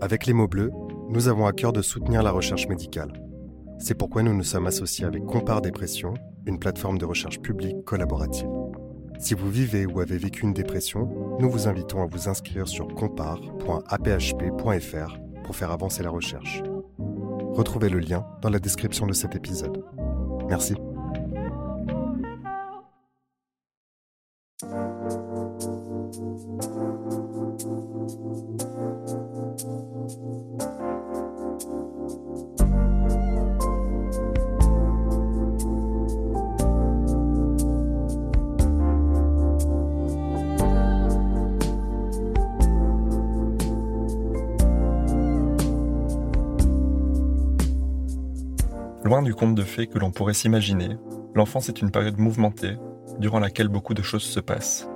Avec les mots bleus, nous avons à cœur de soutenir la recherche médicale. C'est pourquoi nous nous sommes associés avec Compare Dépression, une plateforme de recherche publique collaborative. Si vous vivez ou avez vécu une dépression, nous vous invitons à vous inscrire sur compare.aphp.fr pour faire avancer la recherche. Retrouvez le lien dans la description de cet épisode. Merci. Loin du conte de fées que l'on pourrait s'imaginer, l'enfance est une période mouvementée, durant laquelle beaucoup de choses se passent.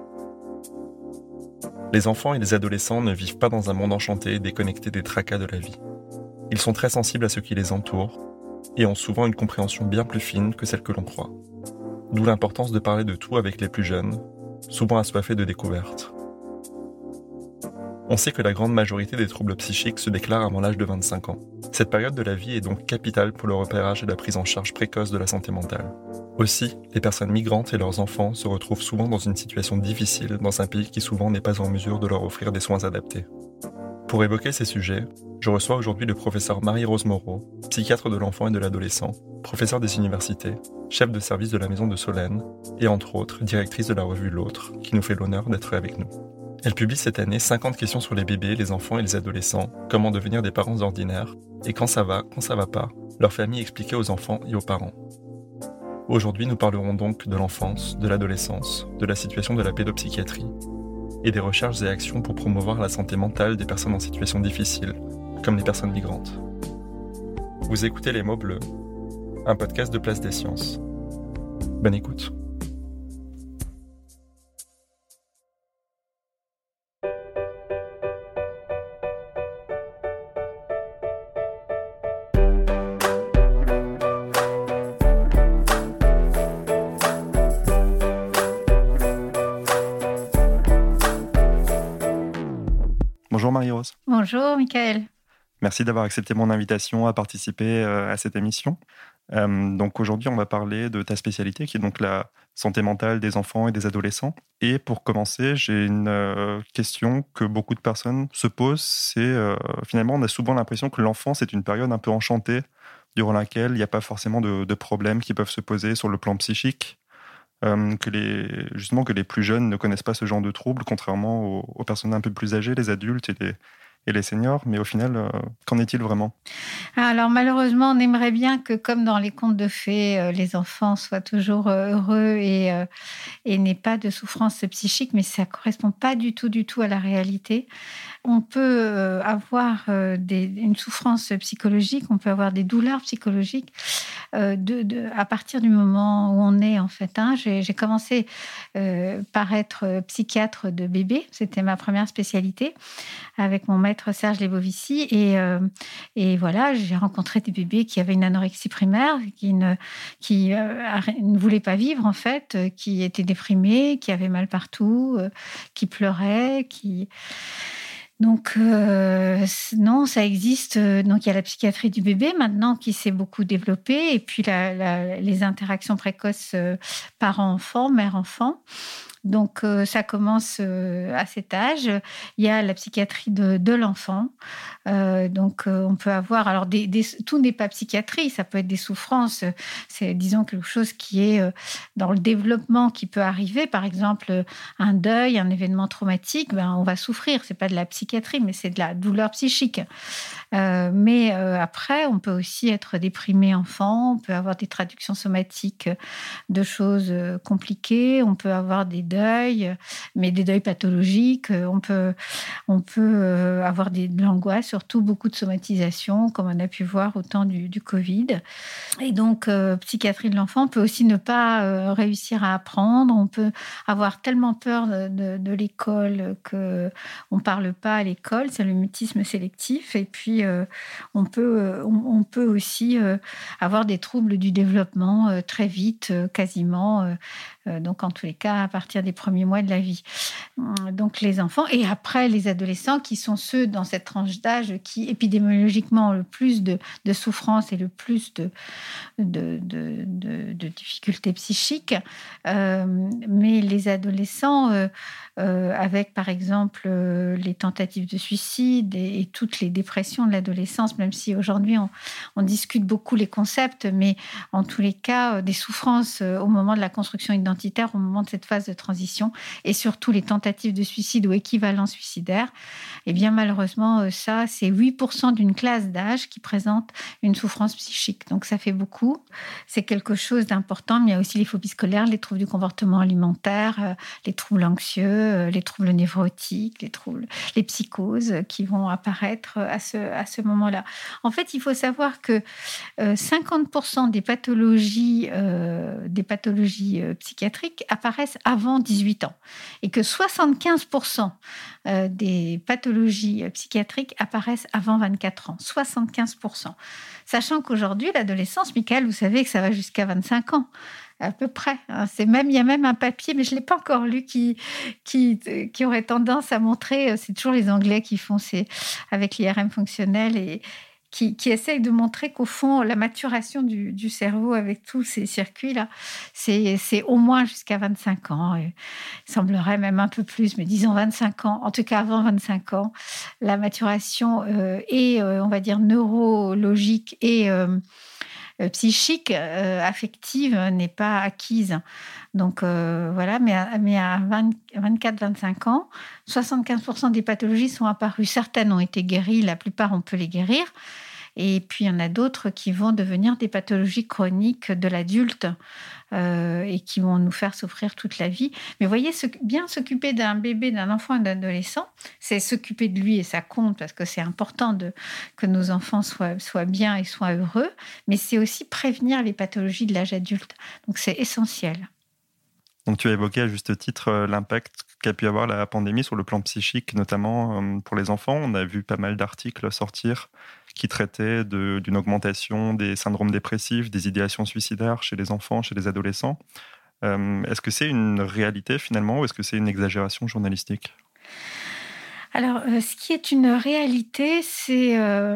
Les enfants et les adolescents ne vivent pas dans un monde enchanté déconnecté des tracas de la vie. Ils sont très sensibles à ce qui les entoure et ont souvent une compréhension bien plus fine que celle que l'on croit. D'où l'importance de parler de tout avec les plus jeunes, souvent assoiffés de découvertes. On sait que la grande majorité des troubles psychiques se déclarent avant l'âge de 25 ans. Cette période de la vie est donc capitale pour le repérage et la prise en charge précoce de la santé mentale. Aussi, les personnes migrantes et leurs enfants se retrouvent souvent dans une situation difficile dans un pays qui souvent n'est pas en mesure de leur offrir des soins adaptés. Pour évoquer ces sujets, je reçois aujourd'hui le professeur Marie-Rose Moreau, psychiatre de l'enfant et de l'adolescent, professeur des universités, chef de service de la maison de Solène et entre autres directrice de la revue L'Autre, qui nous fait l'honneur d'être avec nous. Elle publie cette année 50 questions sur les bébés, les enfants et les adolescents, comment devenir des parents ordinaires, et quand ça va pas, leur famille expliquée aux enfants et aux parents. Aujourd'hui, nous parlerons donc de l'enfance, de l'adolescence, de la situation de la pédopsychiatrie, et des recherches et actions pour promouvoir la santé mentale des personnes en situation difficile, comme les personnes migrantes. Vous écoutez Les mots bleus, un podcast de Place des Sciences. Bonne écoute. Bonjour Marie-Rose. Bonjour Michael. Merci d'avoir accepté mon invitation à participer à cette émission. Donc aujourd'hui, on va parler de ta spécialité qui est donc la santé mentale des enfants et des adolescents. Et pour commencer, j'ai une question que beaucoup de personnes se posent. C'est finalement, on a souvent l'impression que l'enfance est une période un peu enchantée durant laquelle il n'y a pas forcément de problèmes qui peuvent se poser sur le plan psychique. Que les plus jeunes ne connaissent pas ce genre de troubles, contrairement aux personnes un peu plus âgées, les adultes et les seniors. Mais au final, qu'en est-il vraiment ? Alors malheureusement, on aimerait bien que, comme dans les contes de fées, les enfants soient toujours heureux et n'aient pas de souffrance psychique, mais ça ne correspond pas du tout à la réalité. On peut avoir une souffrance psychologique, on peut avoir des douleurs psychologiques à partir du moment où on est en fait. J'ai commencé par être psychiatre de bébé, c'était ma première spécialité, avec mon maître Serge Lebovici. Et voilà, j'ai rencontré des bébés qui avaient une anorexie primaire, qui ne voulaient pas vivre en fait, qui étaient déprimés, qui avaient mal partout, qui pleuraient, Donc, non, ça existe. Donc, il y a la psychiatrie du bébé maintenant qui s'est beaucoup développée. Et puis, les interactions précoces parents-enfants, mère-enfant. Donc, ça commence à cet âge. Il y a la psychiatrie de l'enfant. Donc, on peut avoir... Alors, tout n'est pas psychiatrie, ça peut être des souffrances. C'est, disons, quelque chose qui est dans le développement qui peut arriver. Par exemple, un deuil, un événement traumatique, on va souffrir. C'est pas de la psychiatrie, mais c'est de la douleur psychique. Mais après, on peut aussi être déprimé enfant, on peut avoir des traductions somatiques de choses compliquées, on peut avoir des deuils, mais des deuils pathologiques, on peut avoir de l'angoisse, surtout beaucoup de somatisation, comme on a pu voir au temps du Covid. Et donc, psychiatrie de l'enfant, on peut aussi ne pas réussir à apprendre, on peut avoir tellement peur de l'école qu'on ne parle pas à l'école, c'est le mutisme sélectif, et puis on peut aussi avoir des troubles du développement très vite, quasiment Donc, en tous les cas, à partir des premiers mois de la vie. Donc, les enfants et après les adolescents qui sont ceux dans cette tranche d'âge qui, épidémiologiquement, ont le plus de souffrance et le plus de difficultés psychiques. Mais les adolescents, avec, par exemple, les tentatives de suicide et toutes les dépressions de l'adolescence, même si aujourd'hui, on discute beaucoup les concepts, mais en tous les cas, des souffrances au moment de la construction identitaire, au moment de cette phase de transition, et surtout les tentatives de suicide ou équivalents suicidaires, eh bien malheureusement, ça, c'est 8% d'une classe d'âge qui présente une souffrance psychique. Donc ça fait beaucoup. C'est quelque chose d'important, mais il y a aussi les phobies scolaires, les troubles du comportement alimentaire, les troubles anxieux, les troubles névrotiques, les psychoses qui vont apparaître à ce moment-là. En fait, il faut savoir que 50% des pathologies psychiatriques apparaissent avant 18 ans et que 75% des pathologies psychiatriques apparaissent avant 24 ans. 75%. Sachant qu'aujourd'hui, l'adolescence, Michael, vous savez que ça va jusqu'à 25 ans. À peu près. Il y a même un papier, mais je ne l'ai pas encore lu, qui aurait tendance à montrer, c'est toujours les Anglais qui font, c'est avec l'IRM fonctionnel, et qui essayent de montrer qu'au fond, la maturation du cerveau avec tous ces circuits-là, c'est au moins jusqu'à 25 ans. Il semblerait même un peu plus, mais disons 25 ans, en tout cas avant 25 ans, la maturation est, on va dire, neurologique et psychique, affective, n'est pas acquise. Donc voilà, mais à 24-25 ans, 75% des pathologies sont apparues. Certaines ont été guéries, la plupart on peut les guérir. Et puis il y en a d'autres qui vont devenir des pathologies chroniques de l'adulte et qui vont nous faire souffrir toute la vie. Mais vous voyez, bien s'occuper d'un bébé, d'un enfant et d'un adolescent, c'est s'occuper de lui, et ça compte parce que c'est important que nos enfants soient bien et soient heureux, mais c'est aussi prévenir les pathologies de l'âge adulte. Donc c'est essentiel. Donc tu as évoqué à juste titre l'impact qu'a pu avoir la pandémie sur le plan psychique, notamment pour les enfants. On a vu pas mal d'articles sortir qui traitaient d'une augmentation des syndromes dépressifs, des idéations suicidaires chez les enfants, chez les adolescents. Est-ce que c'est une réalité finalement ou est-ce que c'est une exagération journalistique ? Alors, ce qui est une réalité, c'est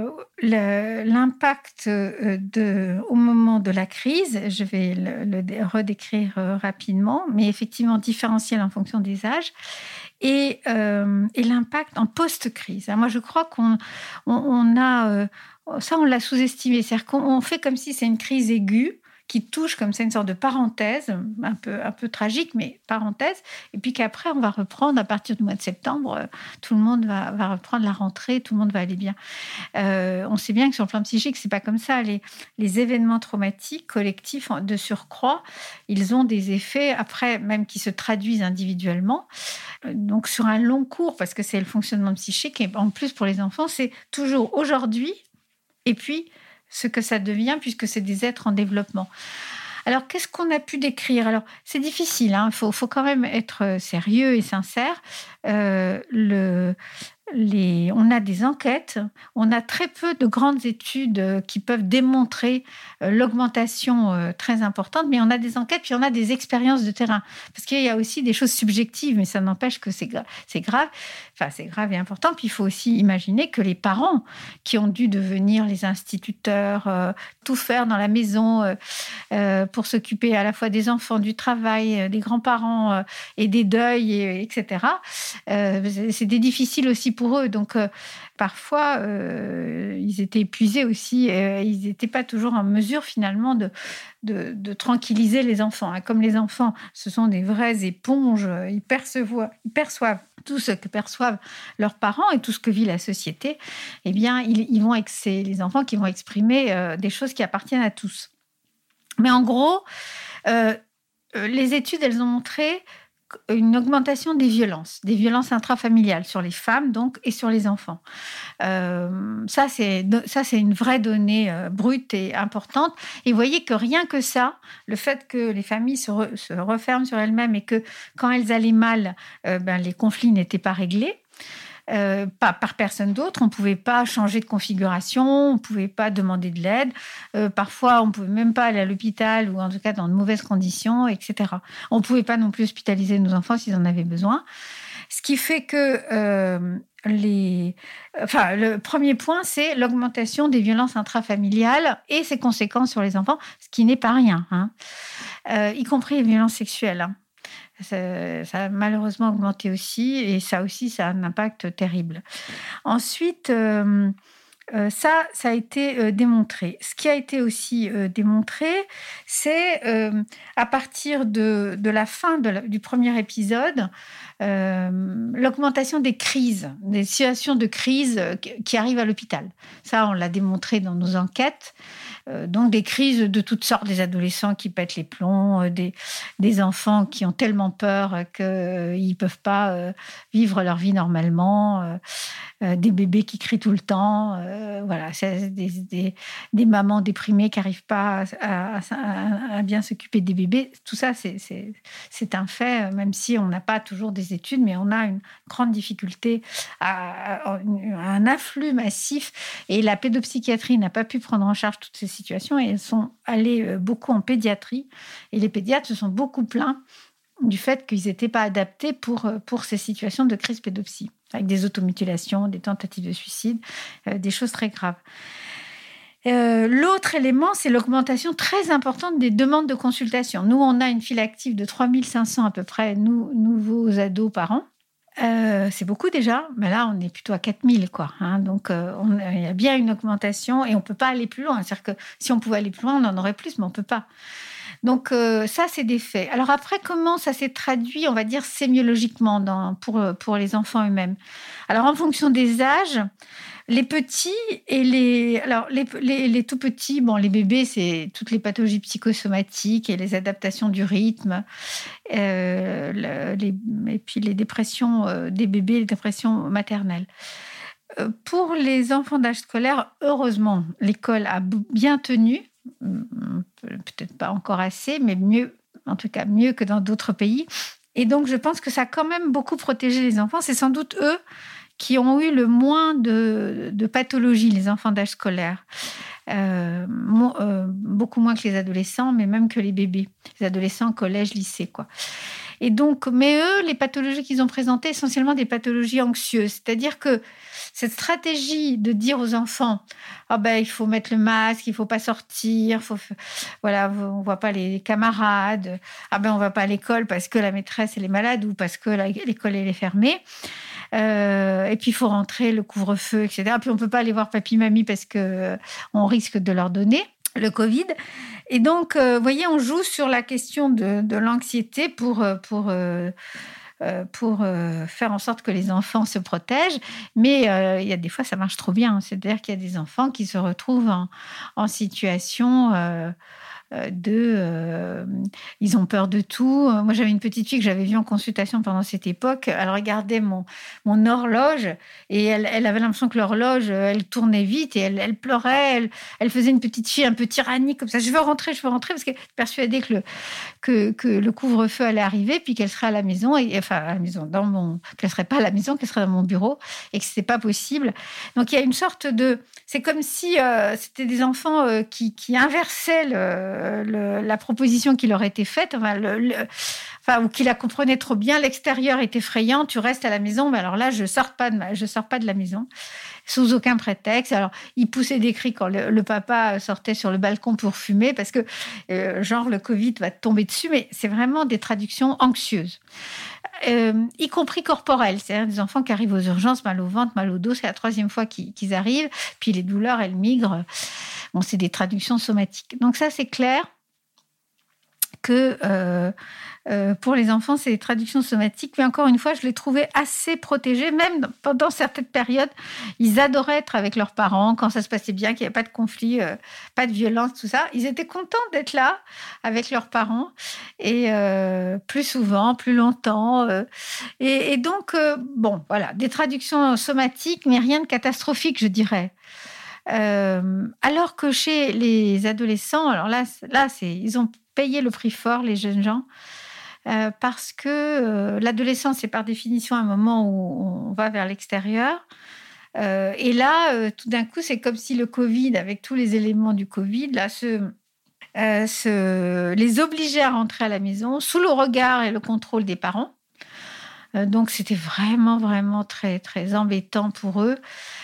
l'impact au moment de la crise. Je vais le redécrire rapidement, mais effectivement différentiel en fonction des âges. Et l'impact en post-crise. Moi, je crois qu'on a... ça, on l'a sous-estimé. C'est-à-dire qu'on fait comme si c'est une crise aiguë qui touche comme ça une sorte de parenthèse, un peu tragique, mais parenthèse, et puis qu'après, on va reprendre, à partir du mois de septembre, tout le monde va reprendre la rentrée, tout le monde va aller bien. On sait bien que sur le plan psychique, c'est pas comme ça. Les événements traumatiques collectifs de surcroît, ils ont des effets, après, même qui se traduisent individuellement. Donc, sur un long cours, parce que c'est le fonctionnement psychique, et en plus, pour les enfants, c'est toujours aujourd'hui, et puis ce que ça devient, puisque c'est des êtres en développement. Alors, qu'est-ce qu'on a pu décrire ? Alors, c'est difficile, hein, faut quand même être sérieux et sincère. On a des enquêtes, on a très peu de grandes études qui peuvent démontrer l'augmentation très importante, mais on a des enquêtes, puis on a des expériences de terrain. Parce qu'il y a aussi des choses subjectives, mais ça n'empêche que c'est grave. Enfin, c'est grave et important. Puis il faut aussi imaginer que les parents qui ont dû devenir les instituteurs, tout faire dans la maison pour s'occuper à la fois des enfants, du travail, des grands-parents et des deuils, etc. C'était difficile aussi pour eux. Donc, parfois, ils étaient épuisés aussi. Ils n'étaient pas toujours en mesure, finalement, de tranquilliser les enfants. Comme les enfants, ce sont des vraies éponges, ils perçoivent tout ce que perçoivent leurs parents et tout ce que vit la société. Eh bien, c'est les enfants qui vont exprimer des choses qui appartiennent à tous. Mais en gros, les études, elles ont montré une augmentation des violences intrafamiliales sur les femmes donc et sur les enfants. Ça c'est une vraie donnée brute et importante. Et vous voyez que rien que ça, le fait que les familles se referment sur elles-mêmes et que quand elles allaient mal, les conflits n'étaient pas réglés. pas par personne d'autre. On ne pouvait pas changer de configuration, on ne pouvait pas demander de l'aide. Parfois, on ne pouvait même pas aller à l'hôpital ou en tout cas dans de mauvaises conditions, etc. On ne pouvait pas non plus hospitaliser nos enfants s'ils en avaient besoin. Ce qui fait que le premier point, c'est l'augmentation des violences intrafamiliales et ses conséquences sur les enfants, ce qui n'est pas rien, y compris les violences sexuelles. Ça a malheureusement augmenté aussi, et ça aussi, ça a un impact terrible. Ensuite, ça a été démontré. Ce qui a été aussi démontré, c'est à partir de la fin du premier épisode, l'augmentation des crises, des situations de crise qui arrivent à l'hôpital. Ça, on l'a démontré dans nos enquêtes. Donc des crises de toutes sortes, des adolescents qui pètent les plombs, des enfants qui ont tellement peur qu'ils ne peuvent pas vivre leur vie normalement, des bébés qui crient tout le temps, voilà, c'est des mamans déprimées qui n'arrivent pas à bien s'occuper des bébés. Tout ça, c'est un fait, même si on n'a pas toujours des études, mais on a une grande difficulté à un afflux massif, et la pédopsychiatrie n'a pas pu prendre en charge toutes ces situations, et elles sont allées beaucoup en pédiatrie, et les pédiatres se sont beaucoup plaints du fait qu'ils n'étaient pas adaptés pour ces situations de crise pédopsie, avec des automutilations, des tentatives de suicide, des choses très graves. L'autre élément, c'est l'augmentation très importante des demandes de consultation. Nous, on a une file active de 3500 à peu près nouveaux ados par an. C'est beaucoup déjà, mais là, on est plutôt à 4000, quoi. Donc, il y a bien une augmentation, et on ne peut pas aller plus loin. C'est-à-dire que si on pouvait aller plus loin, on en aurait plus, mais on ne peut pas. Donc, ça, c'est des faits. Alors après, comment ça s'est traduit, on va dire, sémiologiquement pour les enfants eux-mêmes? Alors, en fonction des âges, les petits et les tout petits, les bébés, c'est toutes les pathologies psychosomatiques et les adaptations du rythme, et puis les dépressions des bébés, les dépressions maternelles. Pour les enfants d'âge scolaire, heureusement, l'école a bien tenu, peut-être pas encore assez, mais mieux, en tout cas mieux que dans d'autres pays. Et donc, je pense que ça a quand même beaucoup protégé les enfants. C'est sans doute eux qui ont eu le moins de pathologies, les enfants d'âge scolaire. Beaucoup moins que les adolescents, mais même que les bébés. Les adolescents, collège, lycée, quoi. Et donc, mais eux, les pathologies qu'ils ont présentées, essentiellement des pathologies anxieuses. C'est-à-dire que cette stratégie de dire aux enfants, il faut mettre le masque, il ne faut pas sortir, on ne voit pas les camarades, on ne va pas à l'école parce que la maîtresse elle est malade ou parce que l'école elle est fermée. Et puis il faut rentrer, le couvre-feu, etc. Puis on ne peut pas aller voir papy-mamie parce qu'on risque de leur donner le Covid. Et donc, vous voyez, on joue sur la question de l'anxiété pour faire en sorte que les enfants se protègent. Mais il y a des fois, ça marche trop bien. C'est-à-dire qu'il y a des enfants qui se retrouvent en situation ils ont peur de tout. Moi, j'avais une petite fille que j'avais vue en consultation pendant cette époque. Elle regardait mon horloge et elle avait l'impression que l'horloge, elle tournait vite et elle pleurait. Elle faisait une petite fille un peu tyrannique comme ça. Je veux rentrer parce qu'elle est persuadée que le couvre-feu allait arriver puis qu'elle serait à la maison, qu'elle serait pas à la maison, qu'elle serait dans mon bureau et que c'était pas possible. Donc, il y a une sorte de... C'est comme si c'était des enfants qui inversaient la proposition qui leur était faite, ou qui la comprenaient trop bien. L'extérieur est effrayant, tu restes à la maison, mais alors là, je sors pas de la maison, sous aucun prétexte. Alors, ils poussaient des cris quand le papa sortait sur le balcon pour fumer, parce que, le Covid va te tomber dessus, mais c'est vraiment des traductions anxieuses. Y compris corporelles, c'est-à-dire des enfants qui arrivent aux urgences, mal au ventre, mal au dos, c'est la 3e fois qu'ils arrivent, puis les douleurs, elles migrent. C'est des traductions somatiques. Donc ça, c'est clair que pour les enfants, c'est des traductions somatiques. Mais encore une fois, je les trouvais assez protégés. Même pendant certaines périodes, ils adoraient être avec leurs parents, quand ça se passait bien, qu'il n'y avait pas de conflit, pas de violence, tout ça. Ils étaient contents d'être là avec leurs parents. Et plus souvent, plus longtemps. Et donc, voilà, des traductions somatiques, mais rien de catastrophique, je dirais. Alors que chez les adolescents, alors là, ils ont payé le prix fort, les jeunes gens. parce que l'adolescence, c'est par définition un moment où on va vers l'extérieur. Et là, tout d'un coup, c'est comme si le Covid, avec tous les éléments du Covid, là, les obligeait à rentrer à la maison sous le regard et le contrôle des parents. Donc, c'était vraiment, vraiment très, très embêtant pour eux.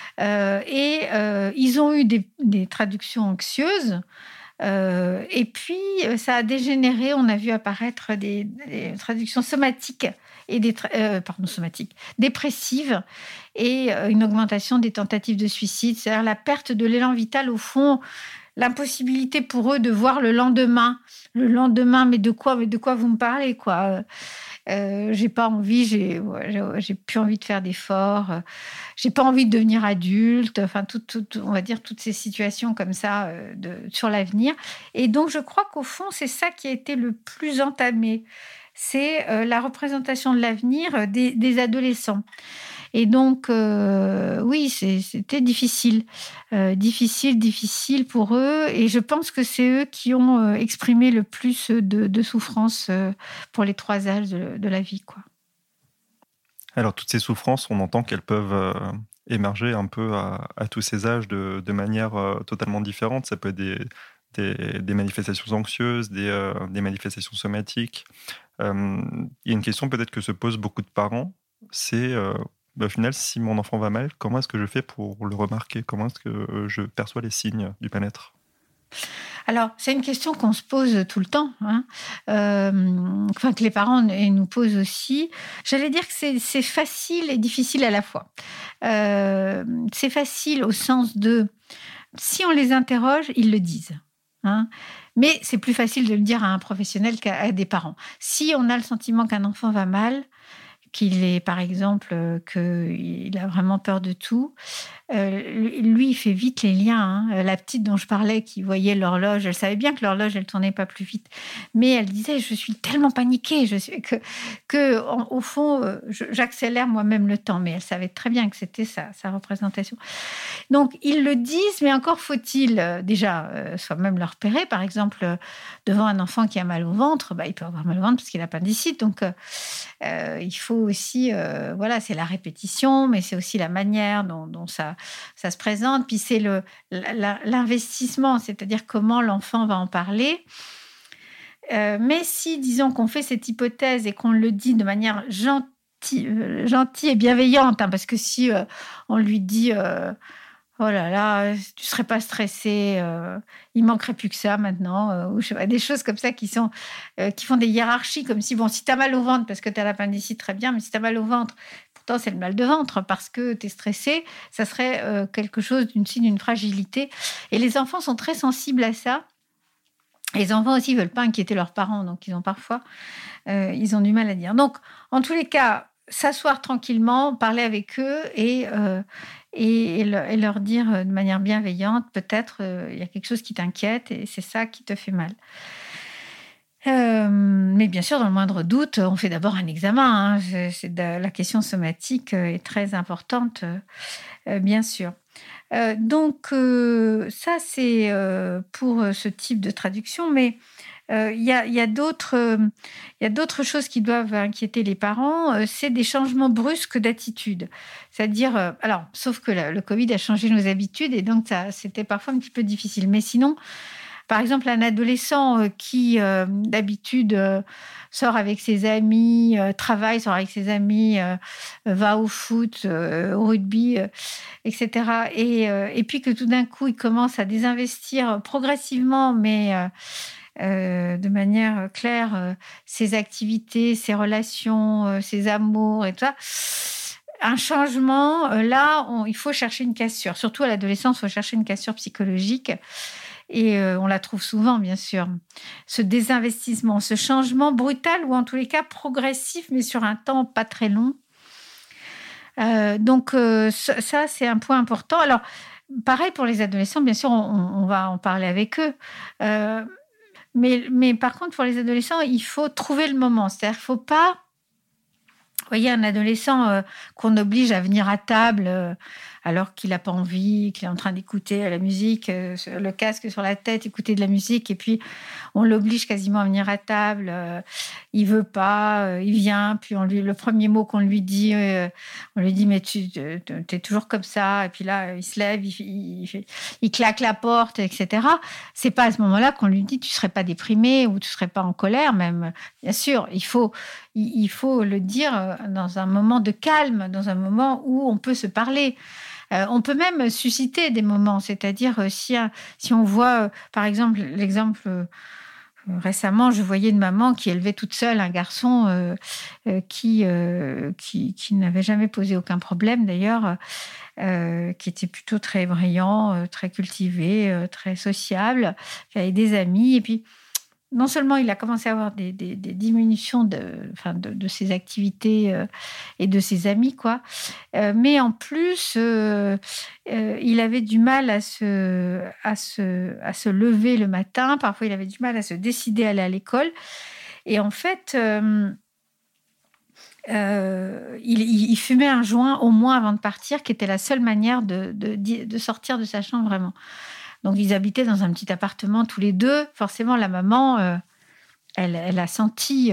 Ils ont eu des traductions anxieuses. Et puis, ça a dégénéré. On a vu apparaître des traductions somatiques et somatiques, dépressives, et une augmentation des tentatives de suicide. C'est-à-dire la perte de l'élan vital, au fond, l'impossibilité pour eux de voir le lendemain. Le lendemain, mais de quoi vous me parlez, quoi? J'ai pas envie, j'ai plus envie de faire d'efforts, j'ai pas envie de devenir adulte, enfin on va dire toutes ces situations comme ça sur l'avenir. Et donc je crois qu'au fond c'est ça qui a été le plus entamé, c'est la représentation de l'avenir des adolescents. Et donc, oui, c'était difficile. Difficile pour eux. Et je pense que c'est eux qui ont exprimé le plus de souffrance pour les 3 âges de la vie, quoi. Alors, toutes ces souffrances, on entend qu'elles peuvent émerger un peu à tous ces âges de manière totalement différente. Ça peut être des manifestations anxieuses, des manifestations somatiques. Il y a une question peut-être que se posent beaucoup de parents, c'est au final, si mon enfant va mal, comment est-ce que je fais pour le remarquer? Comment est-ce que je perçois les signes du mal-être? Alors, c'est une question qu'on se pose tout le temps, hein. Que les parents nous posent aussi. J'allais dire que c'est facile et difficile à la fois. C'est facile au sens de, si on les interroge, ils le disent, hein. Mais c'est plus facile de le dire à un professionnel qu'à des parents. Si on a le sentiment qu'un enfant va mal, qu'il est, par exemple, qu'il a vraiment peur de tout, lui, il fait vite les liens, hein. La petite dont je parlais, qui voyait l'horloge, elle savait bien que l'horloge, elle tournait pas plus vite. Mais elle disait, je suis tellement paniquée, au fond, j'accélère moi-même le temps. Mais elle savait très bien que c'était sa représentation. Donc, ils le disent, mais encore faut-il soi-même le repérer. Par exemple, devant un enfant qui a mal au ventre, il peut avoir mal au ventre parce qu'il a appendicite. Donc, il faut aussi, c'est la répétition, mais c'est aussi la manière dont ça se présente. Puis c'est l'investissement, c'est-à-dire comment l'enfant va en parler. Mais si, disons, qu'on fait cette hypothèse et qu'on le dit de manière gentille et bienveillante, hein, parce que si on lui dit oh là là, tu serais pas stressé, il manquerait plus que ça maintenant, ou je sais pas, des choses comme ça qui font des hiérarchies, comme si, si tu as mal au ventre parce que tu as l'appendicite, très bien, mais si tu as mal au ventre, pourtant c'est le mal de ventre parce que tu es stressé, ça serait quelque chose d'une fragilité. Et les enfants sont très sensibles à ça. Les enfants aussi ne veulent pas inquiéter leurs parents, donc ils ont parfois ils ont du mal à dire. Donc, en tous les cas, s'asseoir tranquillement, parler avec eux et leur dire de manière bienveillante, peut-être il y a quelque chose qui t'inquiète et c'est ça qui te fait mal. Mais bien sûr, dans le moindre doute, on fait d'abord un examen, hein. La question somatique est très importante, bien sûr. Donc, ça, c'est pour ce type de traduction, mais il y a d'autres choses qui doivent inquiéter les parents, c'est des changements brusques d'attitude. C'est-à-dire, sauf que le Covid a changé nos habitudes et donc c'était parfois un petit peu difficile. Mais sinon, par exemple, un adolescent qui, d'habitude, sort avec ses amis, sort avec ses amis, va au foot, au rugby, etc. Et puis que tout d'un coup, il commence à désinvestir progressivement, mais de manière claire, ses activités, ses relations, ses amours et tout ça. Un changement, là, il faut chercher une cassure. Surtout à l'adolescence, il faut chercher une cassure psychologique. Et on la trouve souvent, bien sûr. Ce désinvestissement, ce changement brutal ou en tous les cas progressif, mais sur un temps pas très long. Donc, ça, c'est un point important. Alors, pareil pour les adolescents, bien sûr, on va en parler avec eux. Mais par contre, pour les adolescents, il faut trouver le moment. C'est-à-dire qu'il ne faut pas voyez, un adolescent qu'on oblige à venir à table alors qu'il n'a pas envie, qu'il est en train d'écouter la musique, le casque sur la tête, écouter de la musique, et puis on l'oblige quasiment à venir à table. Il veut pas, il vient, puis le premier mot qu'on lui dit, on lui dit mais tu es toujours comme ça, et puis là il se lève, il claque la porte, etc. C'est pas à ce moment-là qu'on lui dit tu serais pas déprimé ou tu serais pas en colère même. Bien sûr, il faut le dire dans un moment de calme, dans un moment où on peut se parler. On peut même susciter des moments, c'est-à-dire si on voit, par exemple, l'exemple récemment, je voyais une maman qui élevait toute seule un garçon qui n'avait jamais posé aucun problème d'ailleurs, qui était plutôt très brillant, très cultivé, très sociable, qui avait des amis, et puis non seulement il a commencé à avoir des diminutions de ses activités et de ses amis, quoi, mais en plus, il avait du mal à se lever le matin. Parfois, il avait du mal à se décider à aller à l'école. Et en fait, il fumait un joint au moins avant de partir, qui était la seule manière de sortir de sa chambre, vraiment. Donc, ils habitaient dans un petit appartement tous les deux. Forcément, la maman, elle a senti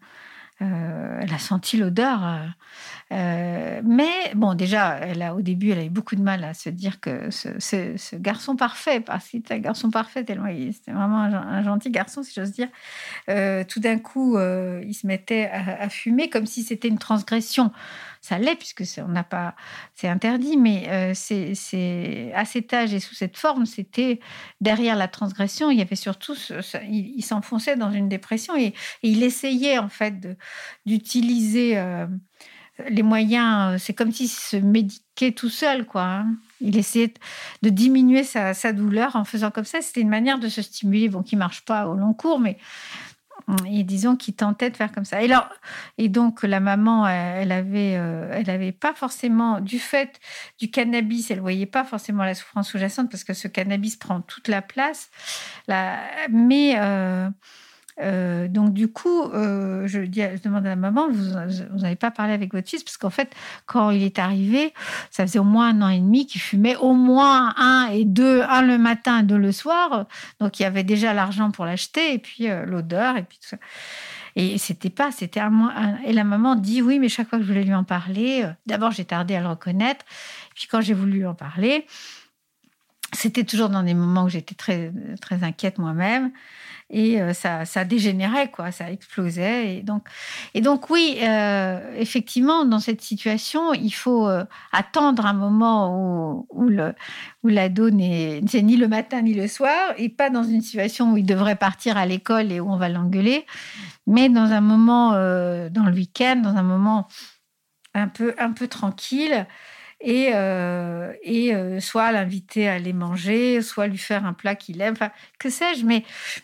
l'odeur. Mais bon, déjà, au début, elle avait beaucoup de mal à se dire que ce garçon parfait, parce qu'il était un garçon parfait, tellement c'était vraiment un gentil garçon, si j'ose dire, tout d'un coup, il se mettait à fumer comme si c'était une transgression. Ça l'est, puisque c'est interdit, mais c'est à cet âge et sous cette forme, c'était derrière la transgression, il y avait surtout, il s'enfonçait dans une dépression, et il essayait en fait d'utiliser les moyens. C'est comme s'il se médiquait tout seul, quoi, hein. Il essayait de diminuer sa douleur en faisant comme ça. C'était une manière de se stimuler, bon, qui marche pas au long cours, mais et disons qu'il tentait de faire comme ça. Et donc la maman, elle avait pas forcément, du fait du cannabis, elle voyait pas forcément la souffrance sous-jacente, parce que ce cannabis prend toute la place. Mais donc du coup, je demande à la maman, vous n'avez pas parlé avec votre fils, parce qu'en fait, quand il est arrivé, ça faisait au moins 1 an et demi qu'il fumait au moins un le matin et 2 le soir. Donc il y avait déjà l'argent pour l'acheter, et puis l'odeur, et puis tout ça. Et et la maman dit oui, mais chaque fois que je voulais lui en parler, d'abord j'ai tardé à le reconnaître, puis quand j'ai voulu lui en parler, c'était toujours dans des moments où j'étais très très inquiète moi-même. Et ça dégénérait, quoi, ça explosait. Et donc oui, effectivement, dans cette situation, il faut attendre un moment où l'ado c'est ni le matin ni le soir, et pas dans une situation où il devrait partir à l'école et où on va l'engueuler, mais dans un moment, dans le week-end, dans un moment un peu tranquille, et soit l'inviter à aller manger, soit lui faire un plat qu'il aime, enfin, que sais-je, mais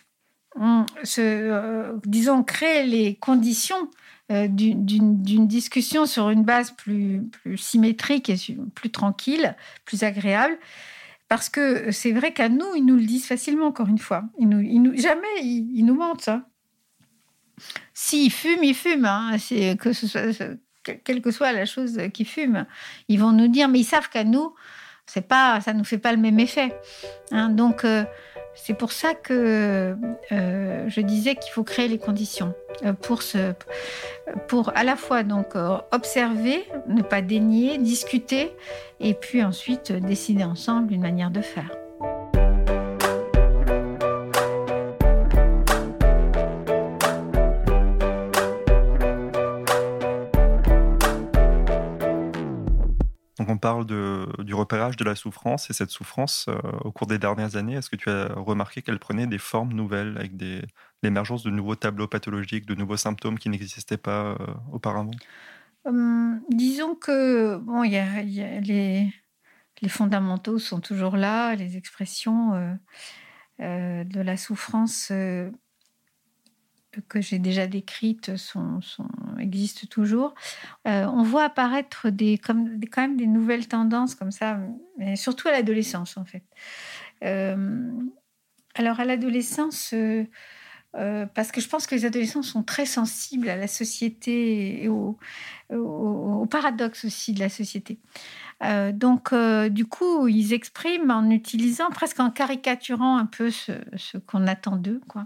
disons, créer les conditions d'une discussion sur une base plus symétrique et plus tranquille, plus agréable. Parce que c'est vrai qu'à nous, ils nous le disent facilement, encore une fois. Jamais ils nous mentent, ça. S'ils fument, ils fument, hein. C'est que ce soit, quelle que soit la chose qu'ils fument, ils vont nous dire, mais ils savent qu'à nous, ça nous fait pas le même effet, hein. Donc c'est pour ça que je disais qu'il faut créer les conditions pour à la fois donc observer, ne pas dénier, discuter, et puis ensuite décider ensemble une manière de faire. Donc on parle du repérage de la souffrance, et cette souffrance, au cours des dernières années, est-ce que tu as remarqué qu'elle prenait des formes nouvelles, avec l'émergence de nouveaux tableaux pathologiques, de nouveaux symptômes qui n'existaient pas auparavant ? Disons que bon, il y a les fondamentaux sont toujours là, les expressions de la souffrance que j'ai déjà décrites existent toujours. On voit apparaître quand même des nouvelles tendances comme ça, mais surtout à l'adolescence, en fait. Alors, à l'adolescence, parce que je pense que les adolescents sont très sensibles à la société et au paradoxe aussi de la société. Donc, du coup, ils expriment en utilisant, presque en caricaturant un peu ce qu'on attend d'eux, quoi.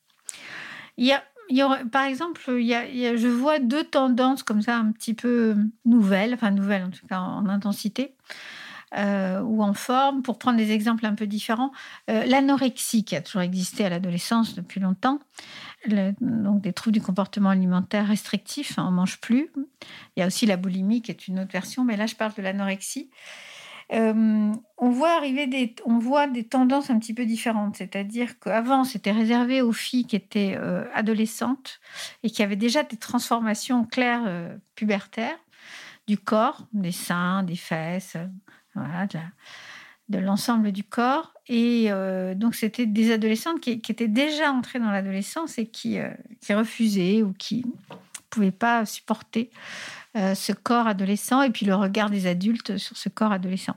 Par exemple, je vois deux tendances comme ça, un petit peu nouvelles, enfin nouvelles en tout cas en intensité, ou en forme, pour prendre des exemples un peu différents. L'anorexie, qui a toujours existé à l'adolescence depuis longtemps, donc des troubles du comportement alimentaire restrictif, hein, on ne mange plus. Il y a aussi la boulimie, qui est une autre version, mais là, je parle de l'anorexie. On voit des tendances un petit peu différentes. C'est-à-dire qu'avant, c'était réservé aux filles qui étaient adolescentes et qui avaient déjà des transformations claires pubertaires du corps, des seins, des fesses, voilà, de l'ensemble du corps. Et donc, c'était des adolescentes qui étaient déjà entrées dans l'adolescence et qui refusaient ou qui ne pouvaient pas supporter ce corps adolescent et puis le regard des adultes sur ce corps adolescent.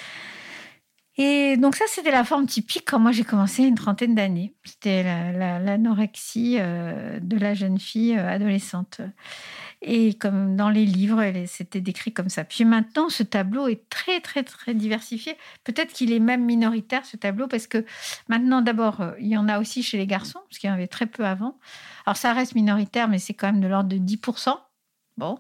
Et donc ça, c'était la forme typique quand moi j'ai commencé il y a une trentaine d'années. C'était l'anorexie de la jeune fille adolescente. Et comme dans les livres, c'était décrit comme ça. Puis maintenant, ce tableau est très, très, très diversifié. Peut-être qu'il est même minoritaire, ce tableau, parce que maintenant, d'abord, il y en a aussi chez les garçons, parce qu'il y en avait très peu avant. Alors ça reste minoritaire, mais c'est quand même de l'ordre de 10%. Bon.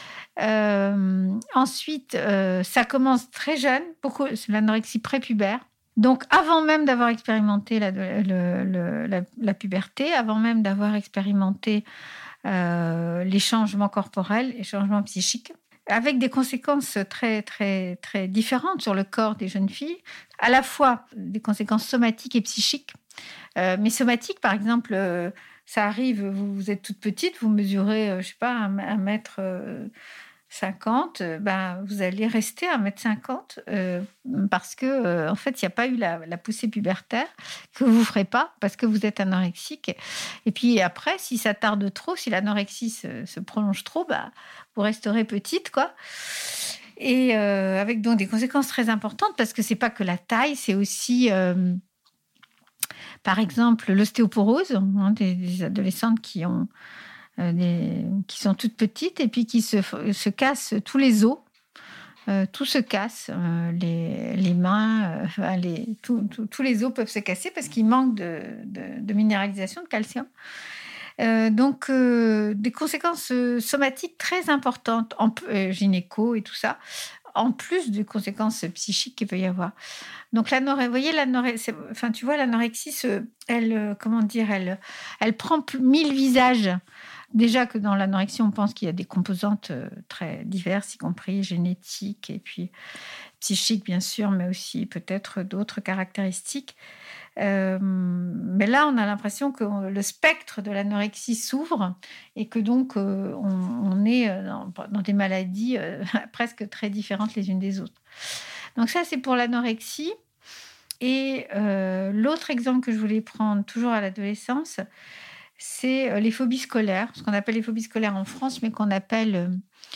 Ensuite, ça commence très jeune, c'est l'anorexie prépubère. Donc, avant même d'avoir expérimenté la puberté, avant même d'avoir expérimenté les changements corporels, les changements psychiques, avec des conséquences très, très, très différentes sur le corps des jeunes filles, à la fois des conséquences somatiques et psychiques. Mais somatiques, par exemple, ça arrive, vous êtes toute petite, vous mesurez, je ne sais pas, 1m50, vous allez rester à 1m50 parce que en fait, il n'y a pas eu la poussée pubertaire que vous ne ferez pas parce que vous êtes anorexique. Et puis après, si ça tarde trop, si l'anorexie se prolonge trop, vous resterez petite, quoi. Et avec donc des conséquences très importantes parce que ce n'est pas que la taille, c'est aussi... par exemple, l'ostéoporose, hein, des adolescentes qui sont toutes petites et puis qui se cassent tous les os. Tout se casse, les mains, tous les os peuvent se casser parce qu'il manque de minéralisation, de calcium. Donc, des conséquences somatiques très importantes, gynéco et tout ça, en plus des conséquences psychiques qu'il peut y avoir. Donc, l'anorexie, elle prend 1000 visages. Déjà que dans l'anorexie, on pense qu'il y a des composantes très diverses, y compris génétiques et puis psychiques, bien sûr, mais aussi peut-être d'autres caractéristiques. Mais là, on a l'impression que le spectre de l'anorexie s'ouvre et que donc on est dans des maladies presque très différentes les unes des autres. Donc ça, c'est pour l'anorexie. Et l'autre exemple que je voulais prendre, toujours à l'adolescence, c'est les phobies scolaires, ce qu'on appelle les phobies scolaires en France, mais qu'on appelle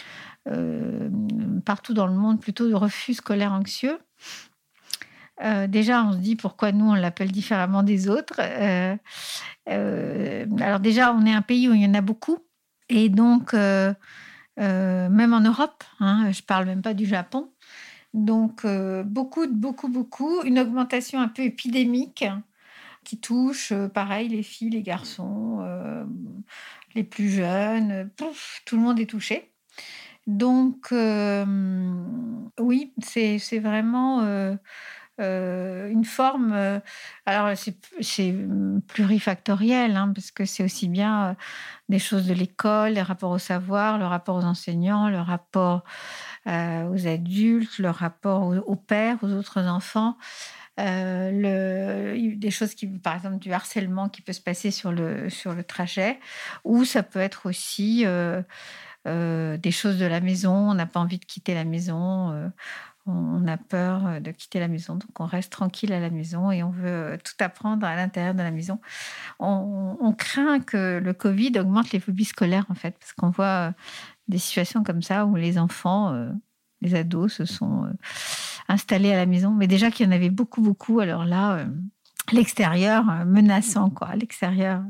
partout dans le monde plutôt de refus scolaire anxieux. Déjà, on se dit pourquoi nous, on l'appelle différemment des autres. Alors déjà, on est un pays où il y en a beaucoup. Et donc, même en Europe, hein, je ne parle même pas du Japon. Donc, beaucoup. Une augmentation un peu épidémique qui touche, pareil, les filles, les garçons, les plus jeunes. Tout le monde est touché. Donc, oui, c'est vraiment... une forme, alors c'est plurifactoriel, hein, parce que c'est aussi bien des choses de l'école, les rapports au savoir, le rapport aux enseignants, le rapport aux adultes, le rapport aux pères, aux autres enfants, des choses par exemple du harcèlement qui peut se passer sur le trajet, ou ça peut être aussi des choses de la maison, on n'a pas envie de quitter la maison, on a peur de quitter la maison, donc on reste tranquille à la maison et on veut tout apprendre à l'intérieur de la maison. On craint que le Covid augmente les phobies scolaires, en fait, parce qu'on voit des situations comme ça où les enfants, les ados se sont installés à la maison. Mais déjà qu'il y en avait beaucoup, alors là, l'extérieur menaçant, quoi, à l'extérieur.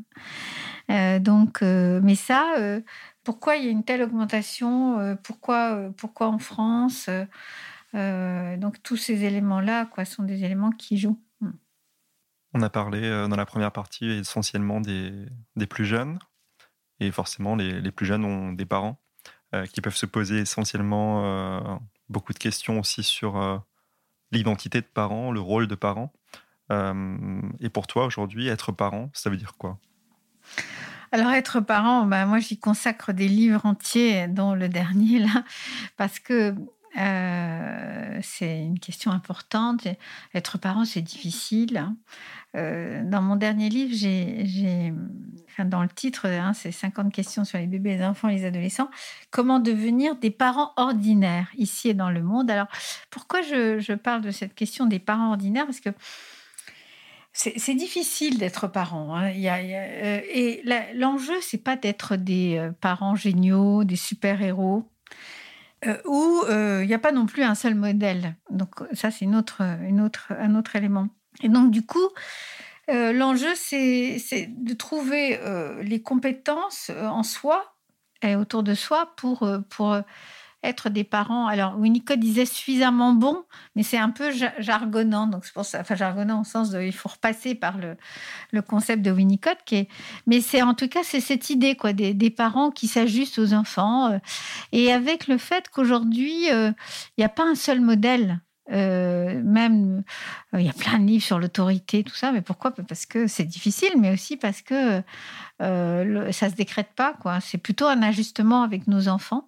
Mais ça, pourquoi il y a une telle augmentation? Pourquoi en France? Donc tous ces éléments-là, quoi, sont des éléments qui jouent. On a parlé dans la première partie essentiellement des plus jeunes, et forcément les plus jeunes ont des parents qui peuvent se poser essentiellement beaucoup de questions aussi sur l'identité de parents, le rôle de parents. Et pour toi aujourd'hui, être parent, ça veut dire quoi? Alors être parent, moi j'y consacre des livres entiers, dont le dernier là, parce que c'est une question importante. Être parent, c'est difficile, hein. Dans mon dernier livre, enfin, dans le titre, hein, c'est 50 questions sur les bébés, les enfants et les adolescents. Comment devenir des parents ordinaires ici et dans le monde. Alors, pourquoi je parle de cette question des parents ordinaires? Parce que c'est difficile d'être parent, hein. L'enjeu, c'est pas d'être des parents géniaux, des super-héros. Où il n'y a pas non plus un seul modèle. Donc ça, c'est un autre élément. Et donc du coup, l'enjeu, c'est de trouver les compétences en soi et autour de soi pour être des parents. Alors Winnicott disait suffisamment bons, mais c'est un peu jargonnant. Donc c'est pour ça, enfin jargonnant au sens de, il faut repasser par le concept de Winnicott mais c'est en tout cas c'est cette idée, quoi, des parents qui s'ajustent aux enfants et avec le fait qu'aujourd'hui il n'y a pas un seul modèle. Même il y a plein de livres sur l'autorité, tout ça, mais pourquoi? Parce que c'est difficile, mais aussi parce que ça se décrète pas, quoi. C'est plutôt un ajustement avec nos enfants.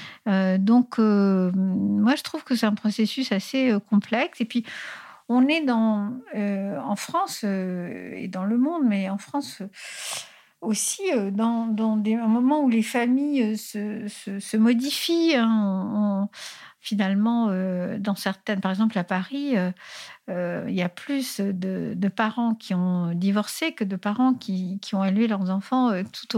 Moi, je trouve que c'est un processus assez complexe. Et puis, on est en France et dans le monde, mais en France aussi, dans un moment où les familles se modifient, hein. Finalement, dans certaines, par exemple à Paris, il y a plus de parents qui ont divorcé que de parents qui ont élevé leurs enfants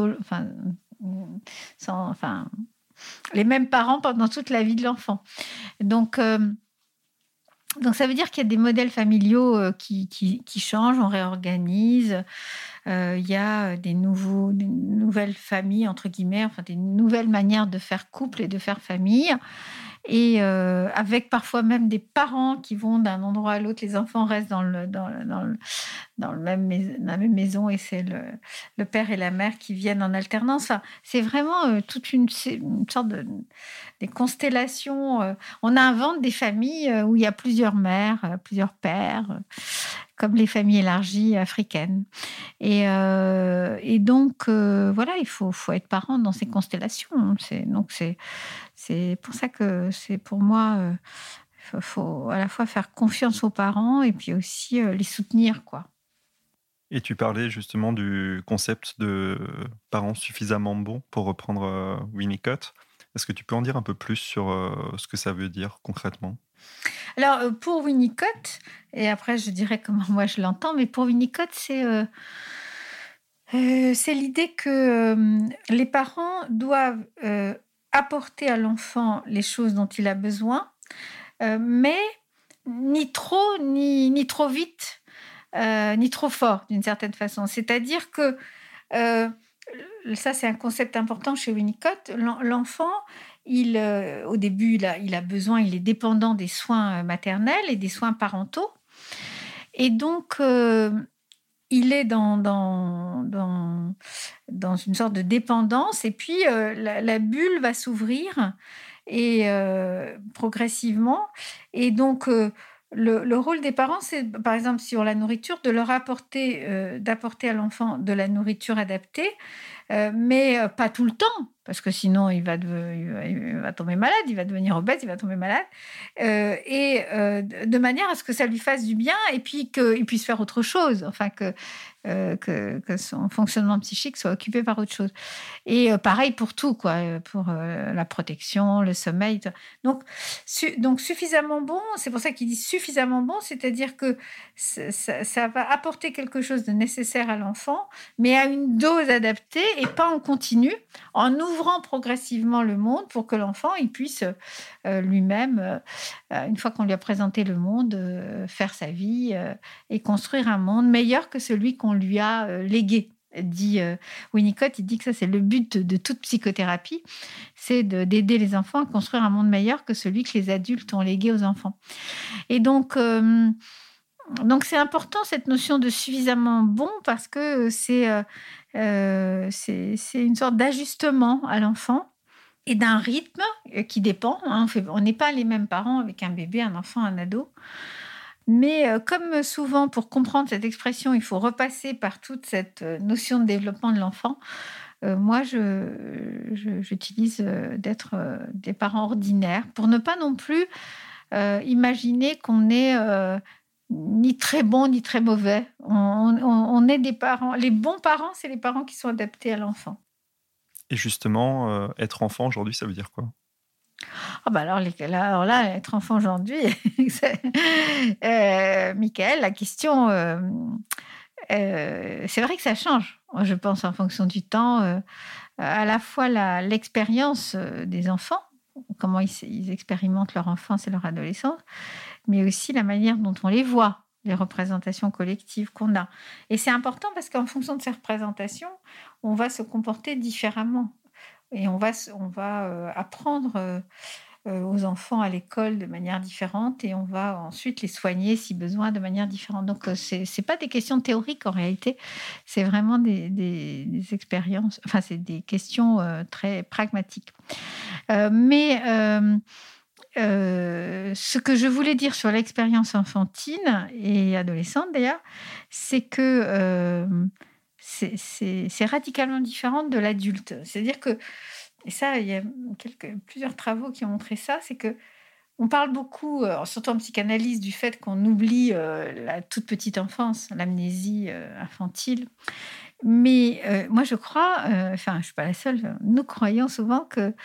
les mêmes parents pendant toute la vie de l'enfant. Donc ça veut dire qu'il y a des modèles familiaux qui changent, on réorganise. Il y a des nouvelles familles, entre guillemets, enfin des nouvelles manières de faire couple et de faire famille. Et avec parfois même des parents qui vont d'un endroit à l'autre. Les enfants restent dans la même maison et c'est le père et la mère qui viennent en alternance. Enfin, c'est vraiment toute une sorte des constellations. On invente des familles où il y a plusieurs mères, plusieurs pères, comme les familles élargies africaines. Et donc, voilà, il faut être parent dans ces constellations. C'est pour ça que c'est pour moi, faut à la fois faire confiance aux parents et puis aussi les soutenir, quoi. Et tu parlais justement du concept de parents suffisamment bons, pour reprendre Winnicott. Est-ce que tu peux en dire un peu plus sur ce que ça veut dire concrètement? Alors, pour Winnicott, et après je dirais comment moi je l'entends, mais pour Winnicott, c'est l'idée que les parents doivent apporter à l'enfant les choses dont il a besoin, mais ni trop, ni trop vite, ni trop fort, d'une certaine façon. C'est-à-dire que ça, c'est un concept important chez Winnicott. L'enfant, au début, il a besoin, il est dépendant des soins maternels et des soins parentaux. Et donc, il est dans une sorte de dépendance. Et puis, la bulle va s'ouvrir et progressivement. Et donc, le rôle des parents, c'est, par exemple, sur la nourriture, de leur d'apporter à l'enfant de la nourriture adaptée, mais pas tout le temps, parce que sinon il va tomber malade, il va devenir obèse, il va tomber malade, de manière à ce que ça lui fasse du bien et puis qu'il puisse faire autre chose, enfin que son fonctionnement psychique soit occupé par autre chose. Et pareil pour tout, quoi, pour la protection, le sommeil. Donc suffisamment bon, c'est pour ça qu'il dit suffisamment bon, c'est-à-dire que ça va apporter quelque chose de nécessaire à l'enfant, mais à une dose adaptée et pas en continu, en ouvrant progressivement le monde pour que l'enfant il puisse lui-même, une fois qu'on lui a présenté le monde, faire sa vie et construire un monde meilleur que celui qu'on lui a légué. Dit Winnicott, il dit que ça c'est le but de toute psychothérapie, c'est d'aider les enfants à construire un monde meilleur que celui que les adultes ont légué aux enfants. Et donc c'est important cette notion de suffisamment bon parce que c'est une sorte d'ajustement à l'enfant et d'un rythme qui dépend. On n'est pas les mêmes parents avec un bébé, un enfant, un ado. Mais comme souvent, pour comprendre cette expression, il faut repasser par toute cette notion de développement de l'enfant, moi, j'utilise d'être des parents ordinaires pour ne pas non plus imaginer qu'on est ni très bon ni très mauvais. On est des parents. Les bons parents, c'est les parents qui sont adaptés à l'enfant. Et justement, être enfant aujourd'hui, ça veut dire quoi ? Alors là, être enfant aujourd'hui, Michael, la question, c'est vrai que ça change, je pense, en fonction du temps. À la fois l'expérience des enfants, comment ils expérimentent leur enfance et leur adolescence, mais aussi la manière dont on les voit, les représentations collectives qu'on a. Et c'est important parce qu'en fonction de ces représentations, on va se comporter différemment. Et on va apprendre aux enfants à l'école de manière différente et on va ensuite les soigner si besoin de manière différente. Donc, c'est pas des questions théoriques en réalité, c'est vraiment des expériences, enfin, c'est des questions très pragmatiques. Mais ce que je voulais dire sur l'expérience enfantine et adolescente d'ailleurs, c'est que c'est radicalement différent de l'adulte. C'est-à-dire que, et ça, il y a plusieurs travaux qui ont montré ça, c'est que on parle beaucoup, surtout en psychanalyse, du fait qu'on oublie la toute petite enfance, l'amnésie infantile. Mais moi, je crois, je ne suis pas la seule, nous croyons souvent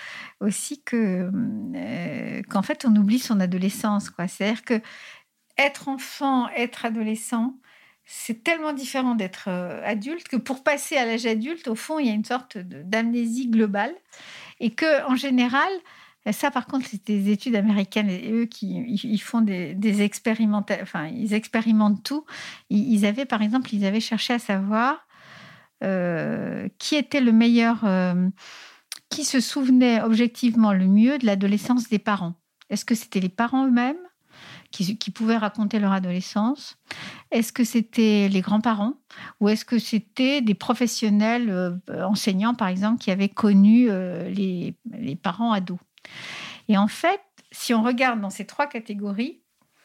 qu'en fait, on oublie son adolescence, quoi. C'est-à-dire que être enfant, être adolescent, c'est tellement différent d'être adulte que pour passer à l'âge adulte, au fond, il y a une sorte d'amnésie globale. Et qu'en général, ça par contre, c'est des études américaines, et eux ils font des expérimentations, enfin, ils expérimentent tout. Ils avaient cherché à savoir qui était le meilleur, qui se souvenait objectivement le mieux de l'adolescence des parents. Est-ce que c'était les parents eux-mêmes qui pouvaient raconter leur adolescence? Est-ce que c'était les grands-parents? Ou est-ce que c'était des professionnels enseignants, par exemple, qui avaient connu les parents ados? Et en fait, si on regarde dans ces trois catégories,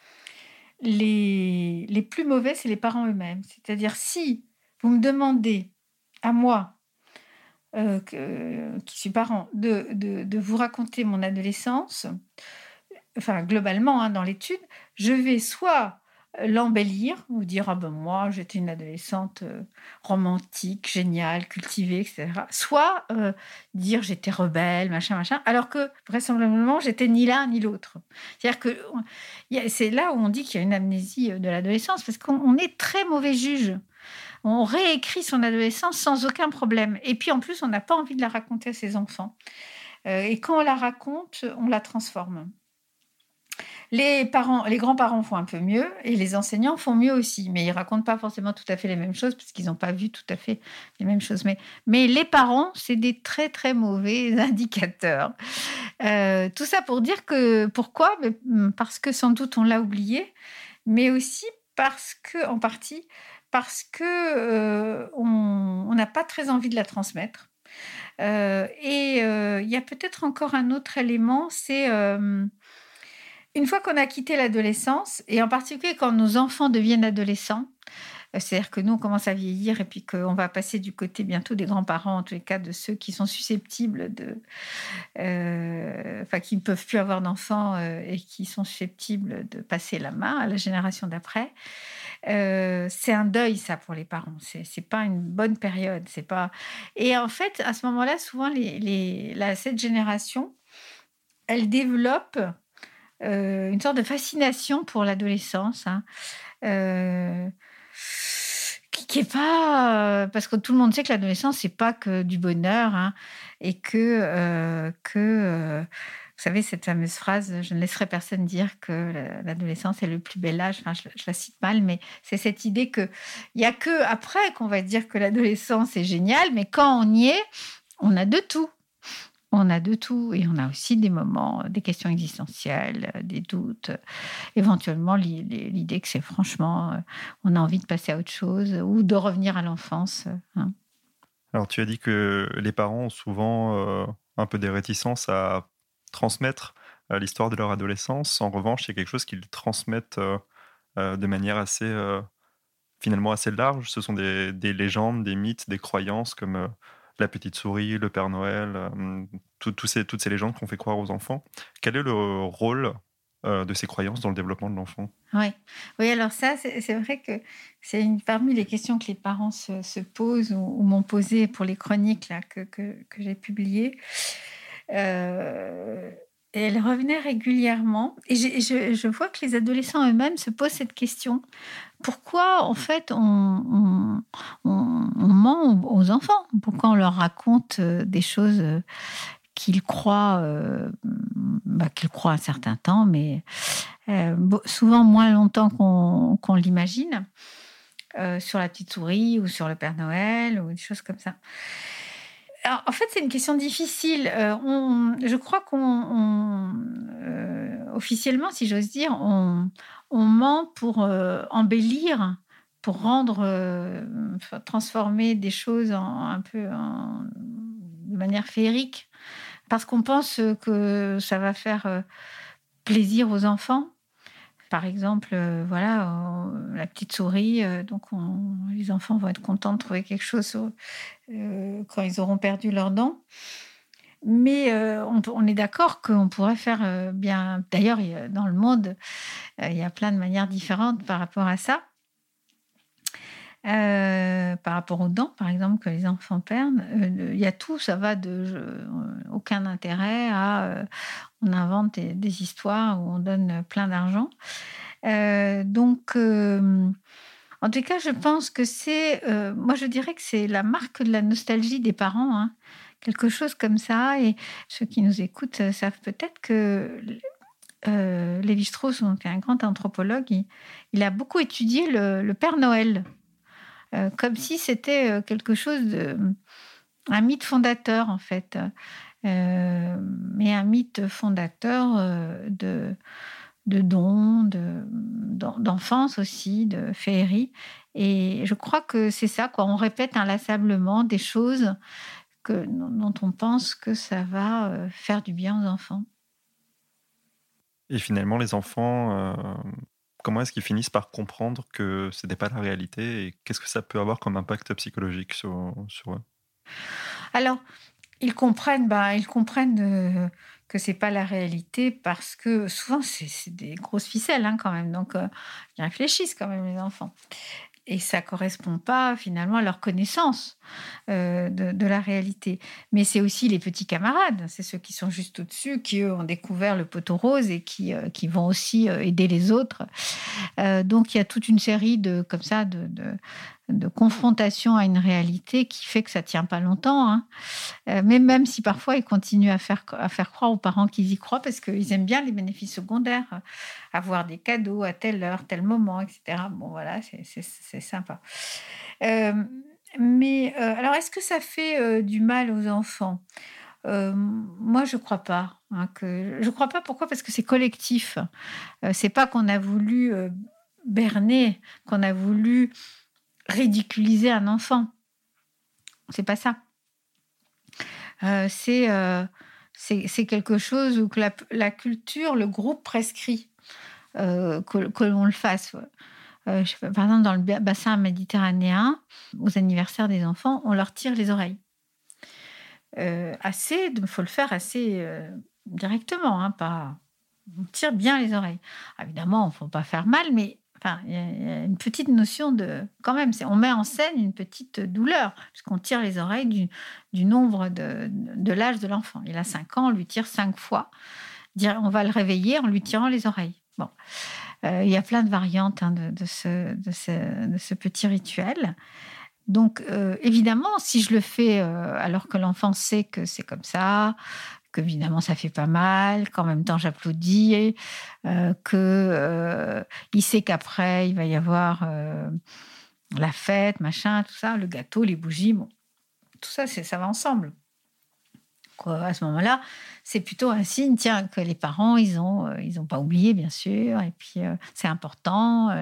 les plus mauvais, c'est les parents eux-mêmes. C'est-à-dire, si vous me demandez à moi, qui suis parent, de vous raconter mon adolescence, enfin globalement dans l'étude, je vais soit l'embellir, vous dire moi j'étais une adolescente romantique, géniale, cultivée, etc. Soit dire j'étais rebelle, machin, alors que vraisemblablement j'étais ni l'un ni l'autre. C'est-à-dire que c'est là où on dit qu'il y a une amnésie de l'adolescence, parce qu'on est très mauvais juge. On réécrit son adolescence sans aucun problème. Et puis en plus, on n'a pas envie de la raconter à ses enfants. Et quand on la raconte, on la transforme. Les grands-parents font un peu mieux et les enseignants font mieux aussi, mais ils racontent pas forcément tout à fait les mêmes choses parce qu'ils n'ont pas vu tout à fait les mêmes choses. Mais les parents, c'est des très très mauvais indicateurs. Tout ça pour dire que pourquoi ? Parce que sans doute on l'a oublié, mais aussi en partie parce que on n'a pas très envie de la transmettre. Et il y a peut-être encore un autre élément, c'est une fois qu'on a quitté l'adolescence, et en particulier quand nos enfants deviennent adolescents, c'est-à-dire que nous, on commence à vieillir et puis qu'on va passer du côté bientôt des grands-parents, en tous les cas de ceux qui sont susceptibles qui ne peuvent plus avoir d'enfants et qui sont susceptibles de passer la main à la génération d'après. C'est un deuil, ça, pour les parents. C'est pas une bonne période. C'est pas... Et en fait, à ce moment-là, souvent, cette génération, elle développe une sorte de fascination pour l'adolescence, qui est pas parce que tout le monde sait que l'adolescence c'est pas que du bonheur, hein, et vous savez cette fameuse phrase: «Je ne laisserai personne dire que l'adolescence est le plus bel âge». Enfin, je la cite mal, mais c'est cette idée que il y a que après qu'on va dire que l'adolescence est géniale, mais quand on y est, on a de tout. On a de tout et on a aussi des moments, des questions existentielles, des doutes, éventuellement l'idée que c'est franchement, on a envie de passer à autre chose ou de revenir à l'enfance, hein. Alors, tu as dit que les parents ont souvent un peu des réticences à transmettre l'histoire de leur adolescence. En revanche, c'est quelque chose qu'ils transmettent de manière finalement assez large. Ce sont des légendes, des mythes, des croyances comme la petite souris, le Père Noël, toutes ces légendes qu'on fait croire aux enfants. Quel est le rôle de ces croyances dans le développement de l'enfant? Ouais. Oui, alors ça, c'est vrai que c'est parmi les questions que les parents se posent ou m'ont posées pour les chroniques là, que j'ai publiées. Euh, et elle revenait régulièrement. Et je vois que les adolescents eux-mêmes se posent cette question. Pourquoi, en fait, on ment aux enfants? Pourquoi on leur raconte des choses qu'ils croient, qu'ils croient un certain temps, mais souvent moins longtemps qu'on l'imagine, sur la petite souris ou sur le Père Noël ou des choses comme ça. Alors, en fait, c'est une question difficile. Je crois officiellement, si j'ose dire, on ment pour embellir, pour transformer des choses de manière féerique, parce qu'on pense que ça va faire plaisir aux enfants. Par exemple, la petite souris, les enfants vont être contents de trouver quelque chose quand ils auront perdu leurs dents. Mais on est d'accord qu'on pourrait faire bien. D'ailleurs, dans le monde, il y a plein de manières différentes par rapport à ça. Par rapport aux dents, par exemple, que les enfants perdent, il y a tout, ça va aucun intérêt à on invente des histoires où on donne plein d'argent. En tout cas, je pense que moi je dirais que c'est la marque de la nostalgie des parents, hein, quelque chose comme ça. Et ceux qui nous écoutent savent peut-être que Lévi-Strauss, donc un grand anthropologue, il a beaucoup étudié le Père Noël. Comme si c'était quelque chose un mythe fondateur en fait, mais un mythe fondateur de dons, d'enfance aussi, de féerie. Et je crois que c'est ça, quoi. On répète inlassablement des choses dont on pense que ça va faire du bien aux enfants. Et finalement, les enfants, comment est-ce qu'ils finissent par comprendre que ce n'était pas la réalité et qu'est-ce que ça peut avoir comme impact psychologique sur eux? Alors, ils comprennent que c'est pas la réalité parce que souvent c'est des grosses ficelles, hein, quand même. Donc ils réfléchissent quand même les enfants. Et ça correspond pas finalement à leur connaissance de la réalité. Mais c'est aussi les petits camarades, c'est ceux qui sont juste au-dessus, qui eux ont découvert le poteau rose et qui vont aussi aider les autres. Donc il y a toute une série de confrontations à une réalité qui fait que ça tient pas longtemps, hein. Mais même si parfois ils continuent à faire croire aux parents qu'ils y croient parce qu'ils aiment bien les bénéfices secondaires, avoir des cadeaux à telle heure, tel moment, etc. Bon, voilà, c'est sympa. Alors, est-ce que ça fait du mal aux enfants? Moi, je crois pas. Hein, je crois pas. Pourquoi? Parce que c'est collectif. C'est pas qu'on a voulu berner, qu'on a voulu ridiculiser un enfant. C'est pas ça. C'est quelque chose où que la culture, le groupe prescrit que l'on le fasse. Par exemple, dans le bassin méditerranéen, aux anniversaires des enfants, on leur tire les oreilles. Il faut le faire assez directement, hein, pas. On tire bien les oreilles. Évidemment, il ne faut pas faire mal, mais il y a une petite notion de... Quand même, on met en scène une petite douleur, puisqu'on tire les oreilles du nombre de l'âge de l'enfant. Il a 5 ans, on lui tire 5 fois. On va le réveiller en lui tirant les oreilles. Bon. Il y a plein de variantes de ce petit rituel. Donc, évidemment, si je le fais alors que l'enfant sait que c'est comme ça, qu'évidemment ça fait pas mal, qu'en même temps j'applaudis, qu'il sait qu'après il va y avoir la fête, machin, tout ça, le gâteau, les bougies, bon, tout ça, ça va ensemble. Quoi, à ce moment-là, c'est plutôt un signe, tiens, que les parents, ils ont pas oublié, bien sûr, et puis c'est important.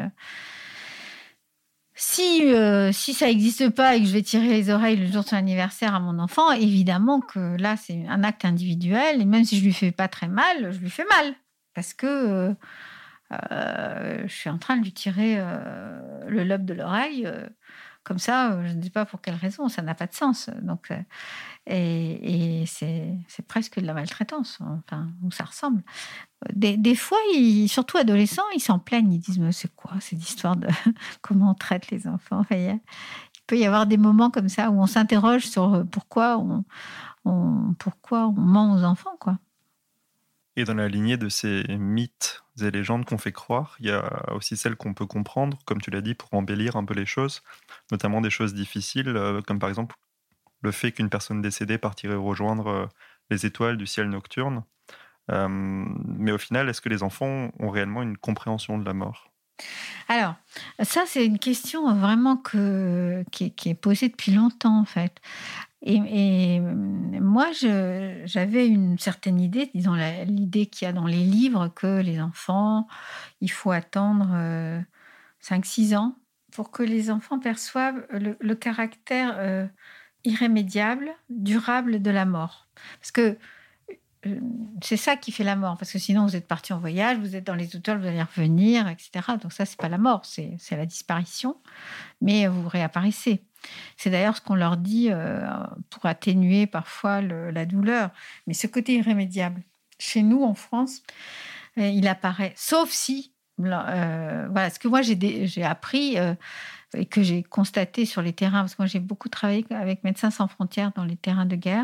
Si ça n'existe pas et que je vais tirer les oreilles le jour de son anniversaire à mon enfant, évidemment que là, c'est un acte individuel. Et même si je lui fais pas très mal, je lui fais mal. Parce que je suis en train de lui tirer le lobe de l'oreille. Comme ça, je ne sais pas pour quelle raison, ça n'a pas de sens. Donc, et c'est presque de la maltraitance, enfin, où ça ressemble. Des fois, surtout adolescents, ils s'en plaignent. Ils disent, mais c'est quoi cette histoire de comment on traite les enfants? Enfin, il peut y avoir des moments comme ça où on s'interroge sur pourquoi on ment aux enfants, quoi. Et dans la lignée de ces mythes et légendes qu'on fait croire, il y a aussi celles qu'on peut comprendre, comme tu l'as dit, pour embellir un peu les choses, notamment des choses difficiles, comme par exemple le fait qu'une personne décédée partirait rejoindre les étoiles du ciel nocturne. Mais au final, est-ce que les enfants ont réellement une compréhension de la mort? Alors, ça, c'est une question vraiment qui est posée depuis longtemps, en fait. Et moi, j'avais une certaine idée, disons l'idée qu'il y a dans les livres, que les enfants, il faut attendre 5-6 ans pour que les enfants perçoivent le caractère irrémédiable, durable de la mort. Parce que c'est ça qui fait la mort, parce que sinon vous êtes parti en voyage, vous êtes dans les étoiles, vous allez revenir, etc. Donc ça, c'est pas la mort, c'est la disparition, mais vous réapparaissez. C'est d'ailleurs ce qu'on leur dit pour atténuer parfois la douleur. Mais ce côté irrémédiable, chez nous en France, il apparaît, sauf si, voilà, ce que moi j'ai appris et que j'ai constaté sur les terrains, parce que moi j'ai beaucoup travaillé avec Médecins sans frontières dans les terrains de guerre.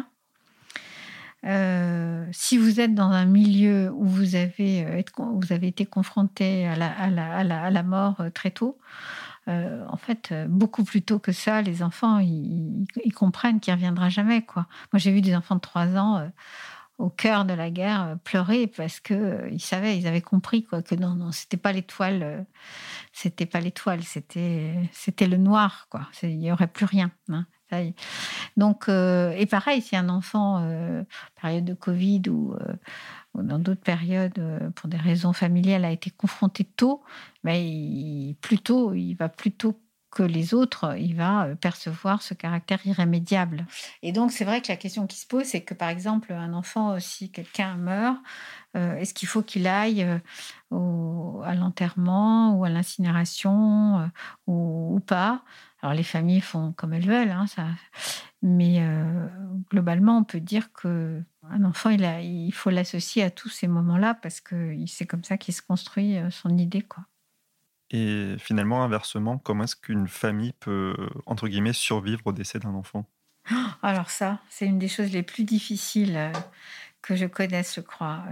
Si vous êtes dans un milieu où vous avez été confronté à la mort très tôt, en fait, beaucoup plus tôt que ça, les enfants, ils comprennent qu'il ne reviendra jamais, quoi. Moi, j'ai vu des enfants de 3 ans au cœur de la guerre pleurer parce qu'ils savaient, ils avaient compris, quoi, que non, c'était pas l'étoile, c'était le noir, quoi. Il n'y aurait plus rien, hein. Donc, et pareil, si un enfant, période de Covid ou dans d'autres périodes, pour des raisons familiales, a été confronté tôt, mais il va plus tôt que les autres, il va percevoir ce caractère irrémédiable. Et donc, c'est vrai que la question qui se pose, c'est que, par exemple, un enfant, si quelqu'un meurt, est-ce qu'il faut qu'il aille à l'enterrement ou à l'incinération ou pas? Alors, les familles font comme elles veulent, hein, ça. Mais globalement, on peut dire qu'un enfant, il faut l'associer à tous ces moments-là parce que c'est comme ça qu'il se construit son idée, quoi. Et finalement, inversement, comment est-ce qu'une famille peut, entre guillemets, survivre au décès d'un enfant? Alors ça, c'est une des choses les plus difficiles que je connaisse, je crois.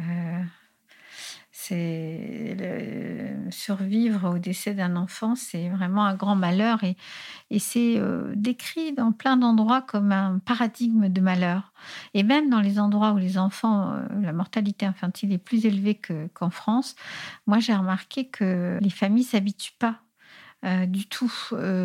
Survivre au décès d'un enfant, c'est vraiment un grand malheur et c'est décrit dans plein d'endroits comme un paradigme de malheur. Et même dans les endroits où les enfants, la mortalité infantile est plus élevée qu'en France, moi j'ai remarqué que les familles s'habituent pas du tout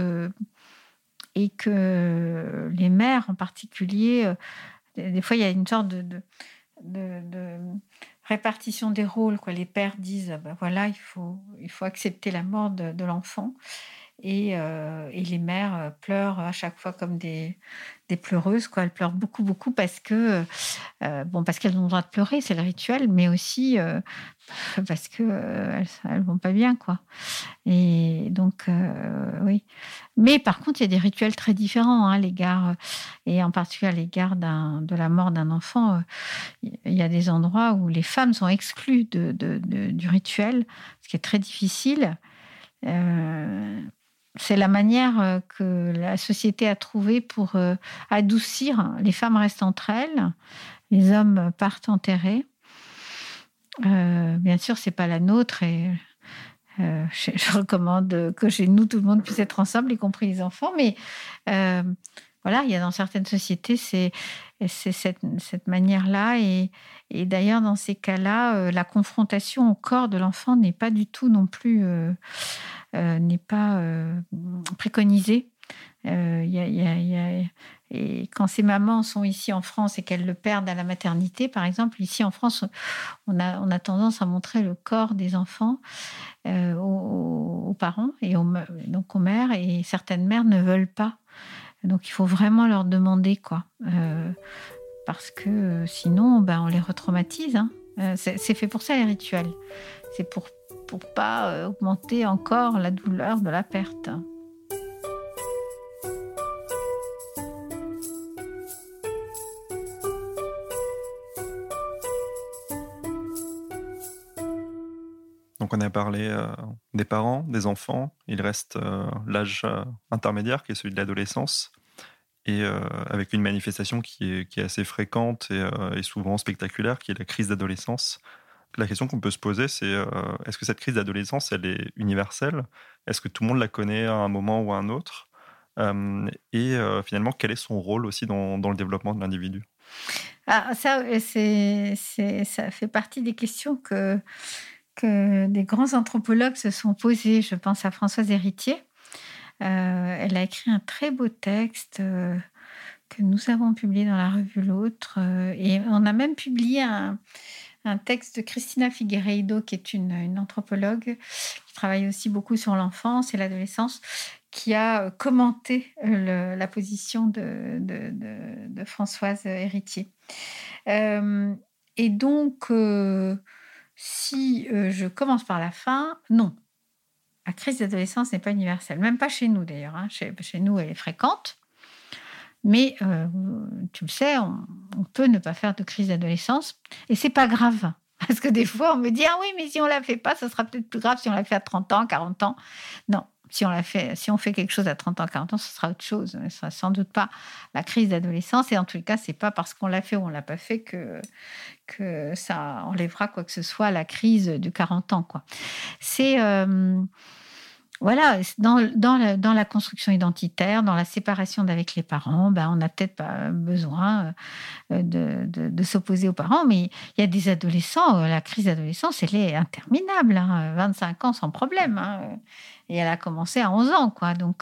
et que les mères en particulier, des fois il y a une sorte de répartition des rôles, quoi. Les pères disent ah ben voilà, il faut accepter la mort de l'enfant et les mères pleurent à chaque fois comme des pleureuses, quoi. Elles pleurent beaucoup beaucoup parce que parce qu'elles ont le droit de pleurer, c'est le rituel, mais aussi parce que elles vont pas bien, quoi. Et donc oui. Mais par contre, il y a des rituels très différents, hein, à l'égard et en particulier à l'égard de la mort d'un enfant. Il y a des endroits où les femmes sont exclues du rituel, ce qui est très difficile. C'est la manière que la société a trouvée pour adoucir. Les femmes restent entre elles, les hommes partent enterrer. Bien sûr, c'est pas la nôtre et Je recommande que chez nous, tout le monde puisse être ensemble, y compris les enfants. Mais voilà, il y a dans certaines sociétés, c'est cette manière-là. Et d'ailleurs, dans ces cas-là, la confrontation au corps de l'enfant n'est pas du tout non plus n'est pas préconisée. Et quand ces mamans sont ici en France et qu'elles le perdent à la maternité, par exemple, ici en France, on a tendance à montrer le corps des enfants aux parents et donc aux mères, et certaines mères ne veulent pas. Donc il faut vraiment leur demander, quoi. Parce que sinon, on les retraumatise. Hein. C'est fait pour ça, les rituels. C'est pour pas augmenter encore la douleur de la perte. Donc on a parlé des parents, des enfants. Il reste l'âge intermédiaire qui est celui de l'adolescence, et avec une manifestation qui est assez fréquente et souvent spectaculaire, qui est la crise d'adolescence. La question qu'on peut se poser, c'est est-ce que cette crise d'adolescence, elle est universelle ? Est-ce que tout le monde la connaît à un moment ou à un autre ? Et finalement, quel est son rôle aussi dans le développement de l'individu ? Ah, ça, ça fait partie des questions que des grands anthropologues se sont posées. Je pense à Françoise Héritier. Elle a écrit un très beau texte que nous avons publié dans la revue L'Autre. Et on a même publié un texte de Cristina Figueiredo, qui est une anthropologue qui travaille aussi beaucoup sur l'enfance et l'adolescence, qui a commenté la position de Françoise Héritier. Et donc, si je commence par la fin, non. La crise d'adolescence n'est pas universelle, même pas chez nous d'ailleurs. Hein. Chez nous, elle est fréquente. Mais tu le sais, on peut ne pas faire de crise d'adolescence. Et c'est pas grave. Parce que des fois, on me dit « Ah oui, mais si on ne la fait pas, ça sera peut-être plus grave si on la fait à 30 ans, 40 ans. » Non, si on fait quelque chose à 30 ans, 40 ans, ce sera autre chose. Ce ne sera sans doute pas la crise d'adolescence. Et en tout cas, ce n'est pas parce qu'on l'a fait ou on ne l'a pas fait que ça enlèvera quoi que ce soit à la crise du 40 ans. Quoi. C'est... Voilà, dans la construction identitaire, dans la séparation d'avec les parents, on n'a peut-être pas besoin de s'opposer aux parents, mais il y a des adolescents, la crise d'adolescence, elle est interminable, 25 ans sans problème, et elle a commencé à 11 ans, quoi. Donc,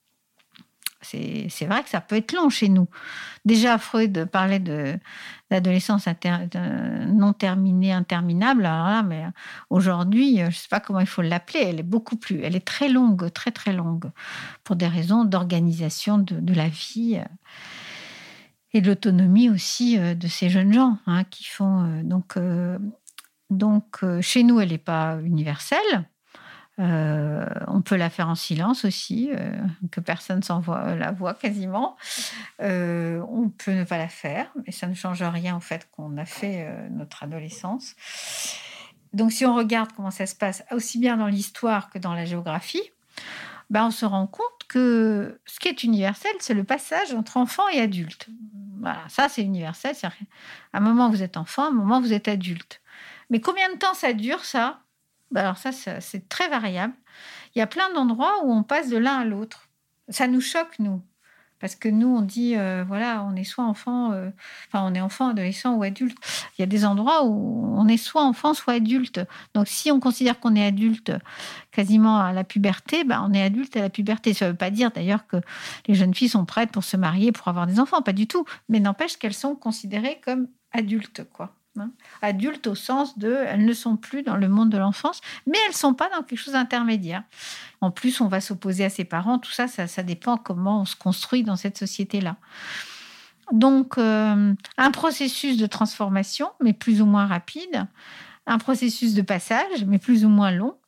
c'est vrai que ça peut être long chez nous. Déjà, Freud parlait d'adolescence non terminée, interminable. Alors là, mais aujourd'hui, je ne sais pas comment il faut l'appeler. Elle est très longue, très très longue, pour des raisons d'organisation de la vie et de l'autonomie aussi de ces jeunes gens qui font. Donc, chez nous, elle n'est pas universelle. On peut la faire en silence aussi, que personne la voit quasiment. On peut ne pas la faire, mais ça ne change rien au fait qu'on a fait notre adolescence. Donc, si on regarde comment ça se passe, aussi bien dans l'histoire que dans la géographie, on se rend compte que ce qui est universel, c'est le passage entre enfant et adulte. Voilà, ça, c'est universel. À un moment, vous êtes enfant, à un moment, vous êtes adulte. Mais combien de temps ça dure, ça ? Alors ça, c'est très variable. Il y a plein d'endroits où on passe de l'un à l'autre. Ça nous choque, nous. Parce que nous, on dit, on est soit enfant, on est enfant, adolescent ou adulte. Il y a des endroits où on est soit enfant, soit adulte. Donc, si on considère qu'on est adulte quasiment à la puberté, on est adulte à la puberté. Ça ne veut pas dire, d'ailleurs, que les jeunes filles sont prêtes pour se marier, pour avoir des enfants. Pas du tout. Mais n'empêche qu'elles sont considérées comme adultes, quoi. Adultes au sens elles ne sont plus dans le monde de l'enfance, mais elles ne sont pas dans quelque chose d'intermédiaire. En plus, on va s'opposer à ses parents. Tout ça, ça dépend comment on se construit dans cette société-là. Donc, un processus de transformation, mais plus ou moins rapide. Un processus de passage, mais plus ou moins long.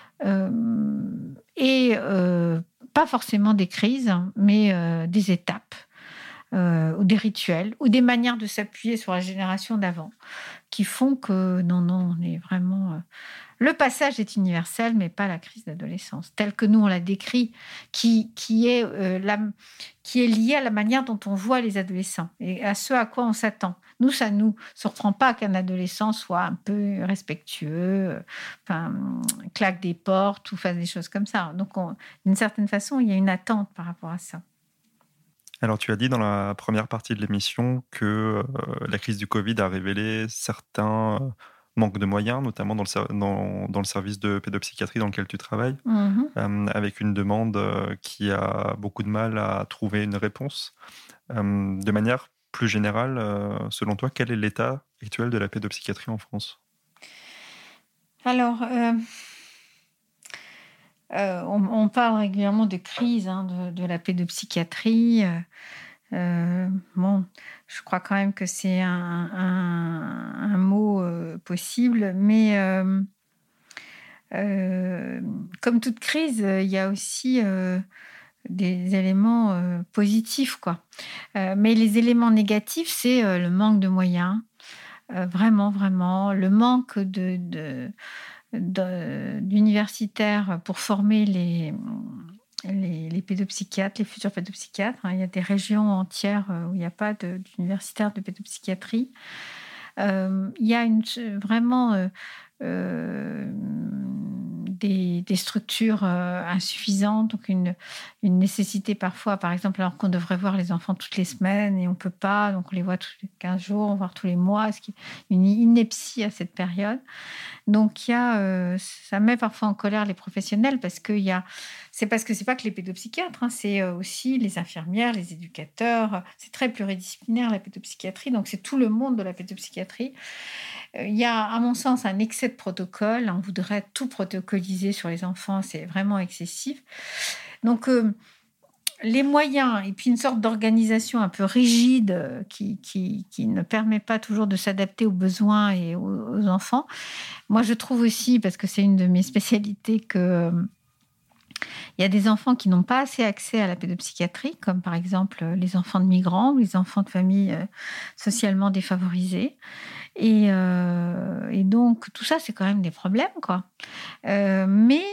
Et pas forcément des crises, mais des étapes. Ou des rituels, ou des manières de s'appuyer sur la génération d'avant, qui font que, non, on est vraiment Le passage est universel, mais pas la crise d'adolescence, telle que nous on l'a décrit, qui est liée à la manière dont on voit les adolescents et à ce à quoi on s'attend. Nous, ça ne nous surprend pas qu'un adolescent soit un peu respectueux, claque des portes ou fasse des choses comme ça. Donc, d'une certaine façon, il y a une attente par rapport à ça. Alors, tu as dit dans la première partie de l'émission que la crise du Covid a révélé certains manques de moyens, notamment dans le service de pédopsychiatrie dans lequel tu travailles, avec une demande qui a beaucoup de mal à trouver une réponse. De manière plus générale, selon toi, quel est l'état actuel de la pédopsychiatrie en France ? Alors, on parle régulièrement de crise de la pédopsychiatrie. Je crois quand même que c'est un mot possible, mais comme toute crise, il y a aussi des éléments positifs, quoi. Mais les éléments négatifs, c'est le manque de moyens, vraiment, vraiment, le manque d'universitaires pour former les pédopsychiatres, les futurs pédopsychiatres. Il y a des régions entières où il n'y a pas d'universitaires de pédopsychiatrie. Il y a vraiment des structures insuffisantes, donc une nécessité parfois, par exemple, alors qu'on devrait voir les enfants toutes les semaines et on ne peut pas, donc on les voit tous les 15 jours, voire tous les mois, ce qui est une ineptie à cette période. Donc ça met parfois en colère les professionnels parce que c'est pas que les pédopsychiatres, c'est aussi les infirmières, les éducateurs. C'est très pluridisciplinaire la pédopsychiatrie, donc c'est tout le monde de la pédopsychiatrie. Il y a, à mon sens, un excès de protocole. On voudrait tout protocoliser sur les enfants, c'est vraiment excessif. Donc les moyens et puis une sorte d'organisation un peu rigide qui ne permet pas toujours de s'adapter aux besoins et aux enfants. Moi, je trouve aussi, parce que c'est une de mes spécialités, que il y a des enfants qui n'ont pas assez accès à la pédopsychiatrie, comme par exemple les enfants de migrants ou les enfants de familles socialement défavorisées. Et donc, tout ça, c'est quand même des problèmes, quoi. Mais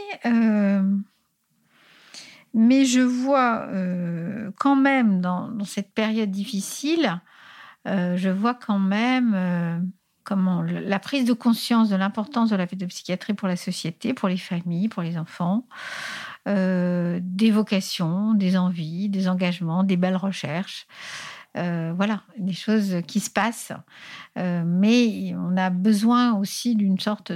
je vois quand même, dans cette période difficile, je vois quand même comment la prise de conscience de l'importance de la pédopsychiatrie pour la société, pour les familles, pour les enfants, des vocations, des envies, des engagements, des belles recherches. Voilà, des choses qui se passent. Mais on a besoin aussi d'une sorte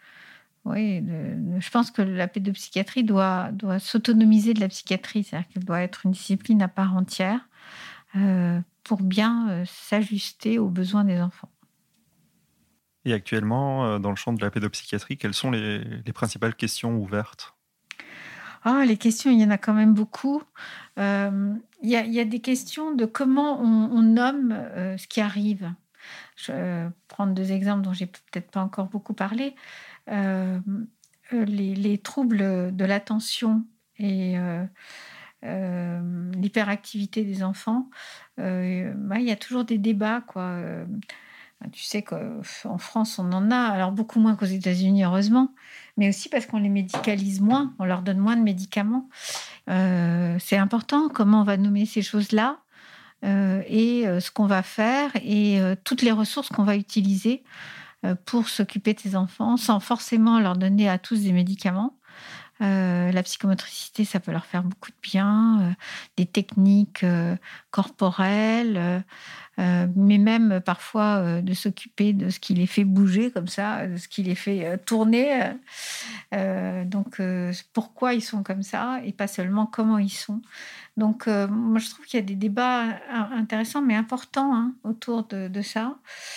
je pense que la pédopsychiatrie doit s'autonomiser de la psychiatrie, c'est-à-dire qu'elle doit être une discipline à part entière pour bien s'ajuster aux besoins des enfants. Et actuellement, dans le champ de la pédopsychiatrie, quelles sont les principales questions ouvertes ? Les questions, il y en a quand même beaucoup. Il y a des questions de comment on nomme ce qui arrive. Je vais prendre 2 exemples dont j'ai peut-être pas encore beaucoup parlé. Les troubles de l'attention et l'hyperactivité des enfants, il y a toujours des débats, quoi. Tu sais qu'en France, on en a, alors beaucoup moins qu'aux États-Unis, heureusement, mais aussi parce qu'on les médicalise moins, on leur donne moins de médicaments. C'est important comment on va nommer ces choses-là et ce qu'on va faire et toutes les ressources qu'on va utiliser pour s'occuper de ces enfants sans forcément leur donner à tous des médicaments. La psychomotricité, ça peut leur faire beaucoup de bien, des techniques corporelles, mais même parfois de s'occuper de ce qui les fait bouger comme ça, de ce qui les fait tourner. Donc, pourquoi ils sont comme ça et pas seulement comment ils sont. Donc, moi, je trouve qu'il y a des débats intéressants mais importants autour de ça.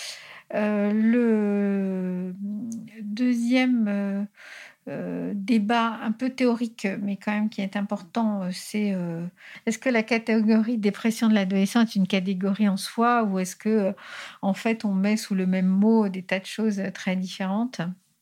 Le deuxième débat un peu théorique, mais quand même qui est important, c'est est-ce que la catégorie dépression de l'adolescent est une catégorie en soi ou est-ce que en fait on met sous le même mot des tas de choses très différentes.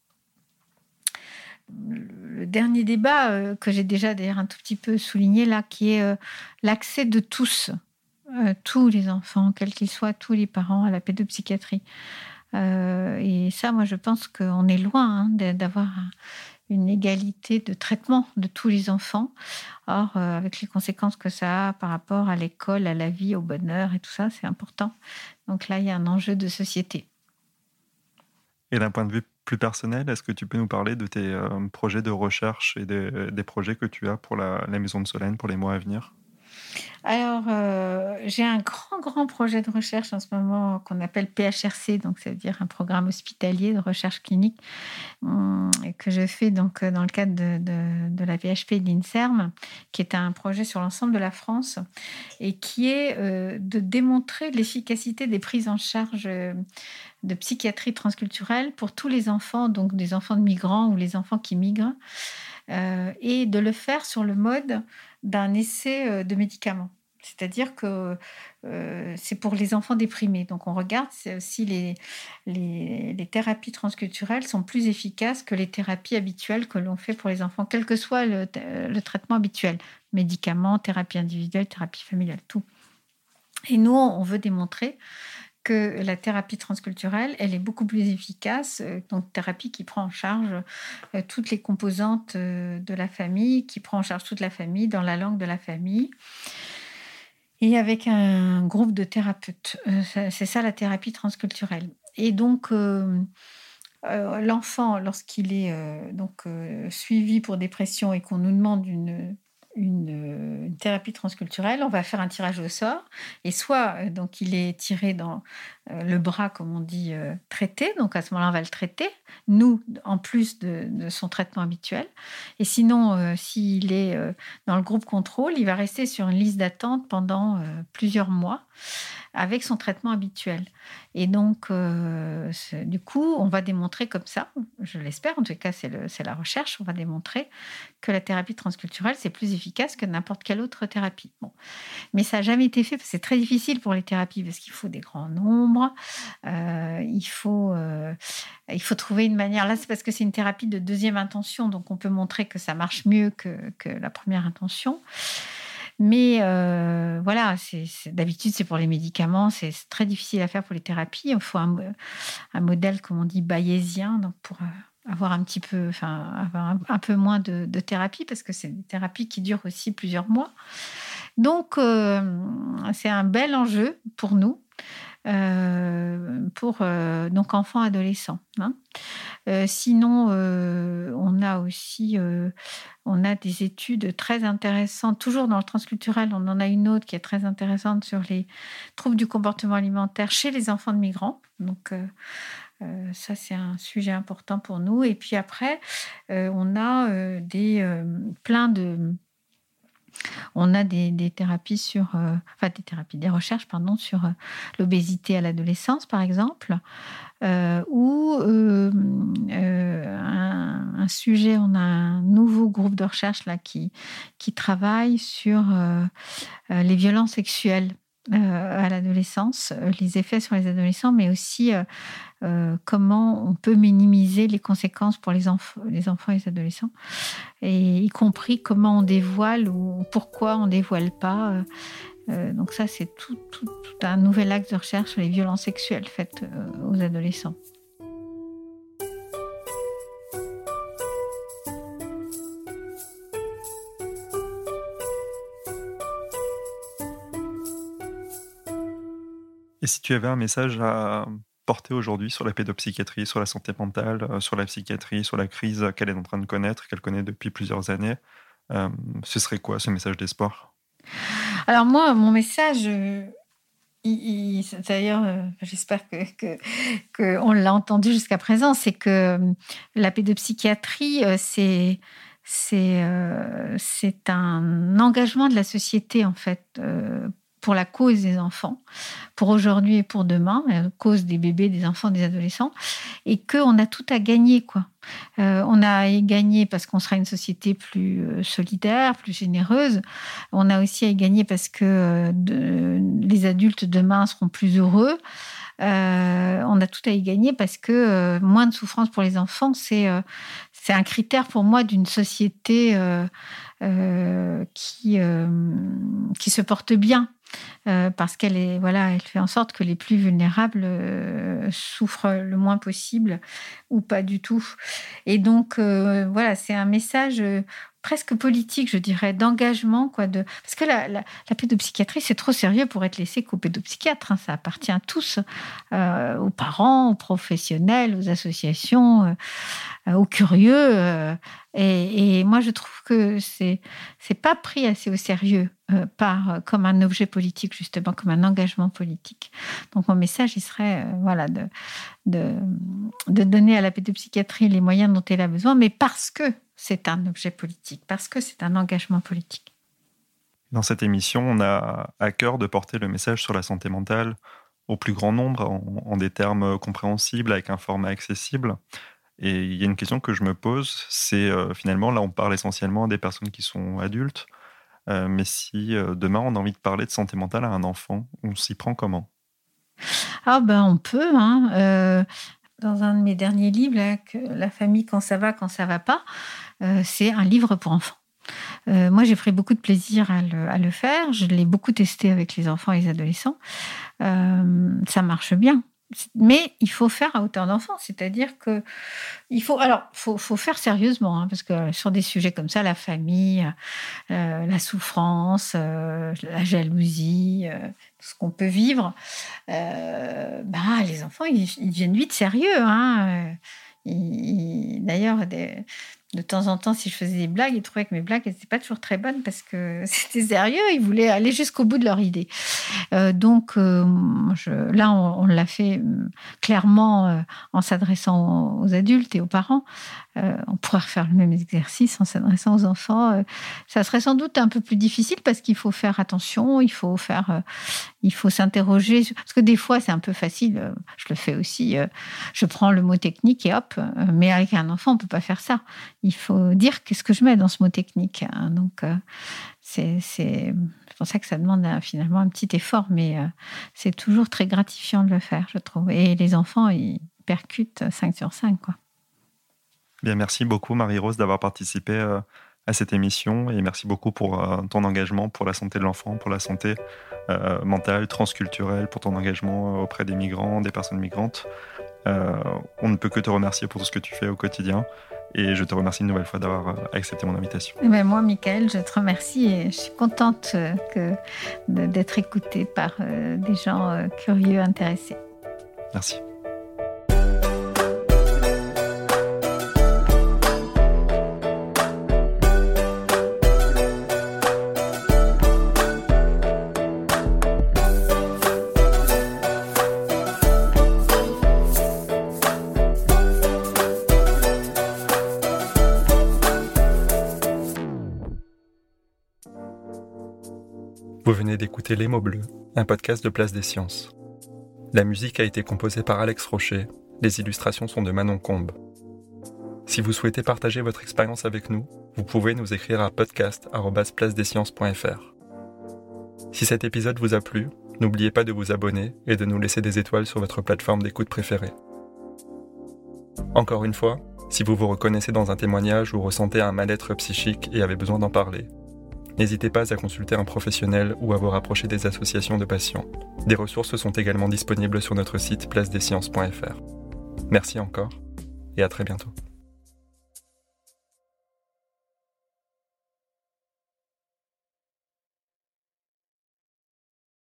Le dernier débat que j'ai déjà d'ailleurs un tout petit peu souligné là, qui est l'accès de tous les enfants, quels qu'ils soient, tous les parents à la pédopsychiatrie. Et ça, moi, je pense qu'on est loin d'avoir une égalité de traitement de tous les enfants. Or, avec les conséquences que ça a par rapport à l'école, à la vie, au bonheur et tout ça, c'est important. Donc là, il y a un enjeu de société. Et d'un point de vue plus personnel, est-ce que tu peux nous parler de tes projets de recherche et des projets que tu as pour la Maison de Solène pour les mois à venir? Alors, j'ai un grand projet de recherche en ce moment qu'on appelle PHRC, donc ça veut dire un programme hospitalier de recherche clinique, que je fais donc dans le cadre de la PHP de l'INSERM, qui est un projet sur l'ensemble de la France et qui est de démontrer l'efficacité des prises en charge de psychiatrie transculturelle pour tous les enfants, donc des enfants de migrants ou les enfants qui migrent, et de le faire sur le mode d'un essai de médicaments. C'est-à-dire que c'est pour les enfants déprimés. Donc, on regarde si les thérapies transculturelles sont plus efficaces que les thérapies habituelles que l'on fait pour les enfants, quel que soit le traitement habituel. Médicaments, thérapie individuelle, thérapie familiale, tout. Et nous, on veut démontrer que la thérapie transculturelle, elle est beaucoup plus efficace, donc thérapie qui prend en charge toutes les composantes de la famille, qui prend en charge toute la famille dans la langue de la famille, et avec un groupe de thérapeutes. C'est ça la thérapie transculturelle. Et donc, l'enfant, lorsqu'il est suivi pour dépression et qu'on nous demande une thérapie transculturelle, on va faire un tirage au sort et soit donc il est tiré dans le bras, comme on dit, traité, donc à ce moment-là on va le traiter, nous, en plus de son traitement habituel, et sinon s'il est dans le groupe contrôle, il va rester sur une liste d'attente pendant plusieurs mois avec son traitement habituel. Et donc, du coup, on va démontrer comme ça, je l'espère, en tout cas c'est la recherche, on va démontrer que la thérapie transculturelle, c'est plus efficace que n'importe quelle autre thérapie. Bon. Mais ça n'a jamais été fait, parce que c'est très difficile pour les thérapies, parce qu'il faut des grands nombres, il faut trouver une manière. Là, c'est parce que c'est une thérapie de deuxième intention, donc on peut montrer que ça marche mieux que la première intention. Mais voilà, d'habitude, c'est pour les médicaments, c'est très difficile à faire pour les thérapies. Il faut un modèle, comme on dit, bayésien, donc pour avoir avoir un peu moins de thérapie, parce que c'est des thérapies qui durent aussi plusieurs mois. Donc, c'est un bel enjeu pour nous, pour donc enfants, adolescents. Sinon, on a aussi des études très intéressantes, toujours dans le transculturel. On en a une autre qui est très intéressante sur les troubles du comportement alimentaire chez les enfants de migrants. Donc, ça, c'est un sujet important pour nous. Et puis après, on a des thérapies des recherches sur l'obésité à l'adolescence, par exemple, ou un sujet, on a un nouveau groupe de recherche là qui travaille sur les violences sexuelles à l'adolescence, les effets sur les adolescents, mais aussi comment on peut minimiser les conséquences pour les enfants et les adolescents, et y compris comment on dévoile ou pourquoi on dévoile pas. Donc ça, c'est tout un nouvel axe de recherche sur les violences sexuelles faites aux adolescents. Et si tu avais un message à porter aujourd'hui sur la pédopsychiatrie, sur la santé mentale, sur la psychiatrie, sur la crise qu'elle est en train de connaître, qu'elle connaît depuis plusieurs années, ce serait quoi ce message d'espoir ? Alors moi, mon message, d'ailleurs, j'espère qu'on l'a entendu jusqu'à présent, c'est que la pédopsychiatrie, c'est un engagement de la société, en fait, pour la cause des enfants, pour aujourd'hui et pour demain, la cause des bébés, des enfants, des adolescents, et qu'on a tout à gagner, quoi. On a à y gagner parce qu'on sera une société plus solidaire, plus généreuse. On a aussi à y gagner parce que les adultes demain seront plus heureux. On a tout à y gagner parce que moins de souffrance pour les enfants, c'est un critère pour moi d'une société qui se porte bien. parce elle fait en sorte que les plus vulnérables souffrent le moins possible ou pas du tout. Et donc, c'est un message presque politique, je dirais, d'engagement, parce que la pédopsychiatrie, c'est trop sérieux pour être laissé qu'aux pédopsychiatres. Ça appartient à tous, aux parents, aux professionnels, aux associations, aux curieux. Et moi, je trouve que c'est pas pris assez au sérieux comme un objet politique, justement, comme un engagement politique. Donc, mon message, il serait de donner à la pédopsychiatrie les moyens dont elle a besoin, mais parce que c'est un objet politique, parce que c'est un engagement politique. Dans cette émission, on a à cœur de porter le message sur la santé mentale au plus grand nombre, en des termes compréhensibles, avec un format accessible. Et il y a une question que je me pose, c'est finalement, là on parle essentiellement des personnes qui sont adultes, mais si demain on a envie de parler de santé mentale à un enfant, on s'y prend comment ? On peut, dans un de mes derniers livres, là, La famille quand ça va pas, c'est un livre pour enfants. Moi, j'ai pris beaucoup de plaisir à le faire. Je l'ai beaucoup testé avec les enfants et les adolescents. Ça marche bien. Mais il faut faire à hauteur d'enfant, c'est-à-dire que faut faire sérieusement, parce que sur des sujets comme ça, la famille, la souffrance, la jalousie, tout ce qu'on peut vivre, les enfants ils deviennent vite sérieux. D'ailleurs, de temps en temps, si je faisais des blagues, ils trouvaient que mes blagues n'étaient pas toujours très bonnes parce que c'était sérieux. Ils voulaient aller jusqu'au bout de leur idée. Donc, là, on l'a fait clairement en s'adressant aux adultes et aux parents. On pourrait refaire le même exercice en s'adressant aux enfants. Ça serait sans doute un peu plus difficile parce qu'il faut faire attention, il faut s'interroger. Parce que des fois, c'est un peu facile. Je le fais aussi. Je prends le mot technique et hop. Mais avec un enfant, on ne peut pas faire ça. Il faut dire qu'est-ce que je mets dans ce mot technique. Donc, c'est pour ça que ça demande finalement un petit effort. Mais c'est toujours très gratifiant de le faire, je trouve. Et les enfants, ils percutent 5 sur 5, quoi. Bien, merci beaucoup Marie-Rose d'avoir participé à cette émission et merci beaucoup pour ton engagement pour la santé de l'enfant, pour la santé mentale, transculturelle, pour ton engagement auprès des migrants, des personnes migrantes. On ne peut que te remercier pour tout ce que tu fais au quotidien et je te remercie une nouvelle fois d'avoir accepté mon invitation. Moi, Michael, je te remercie et je suis contente d'être écoutée par des gens curieux, intéressés. Merci. Vous venez d'écouter Les mots bleus, un podcast de Place des Sciences. La musique a été composée par Alex Rocher, les illustrations sont de Manon Combe. Si vous souhaitez partager votre expérience avec nous, vous pouvez nous écrire à podcast@placedesciences.fr. Si cet épisode vous a plu, n'oubliez pas de vous abonner et de nous laisser des étoiles sur votre plateforme d'écoute préférée. Encore une fois, si vous vous reconnaissez dans un témoignage ou ressentez un mal-être psychique et avez besoin d'en parler, n'hésitez pas à consulter un professionnel ou à vous rapprocher des associations de patients. Des ressources sont également disponibles sur notre site placedesciences.fr. Merci encore et à très bientôt.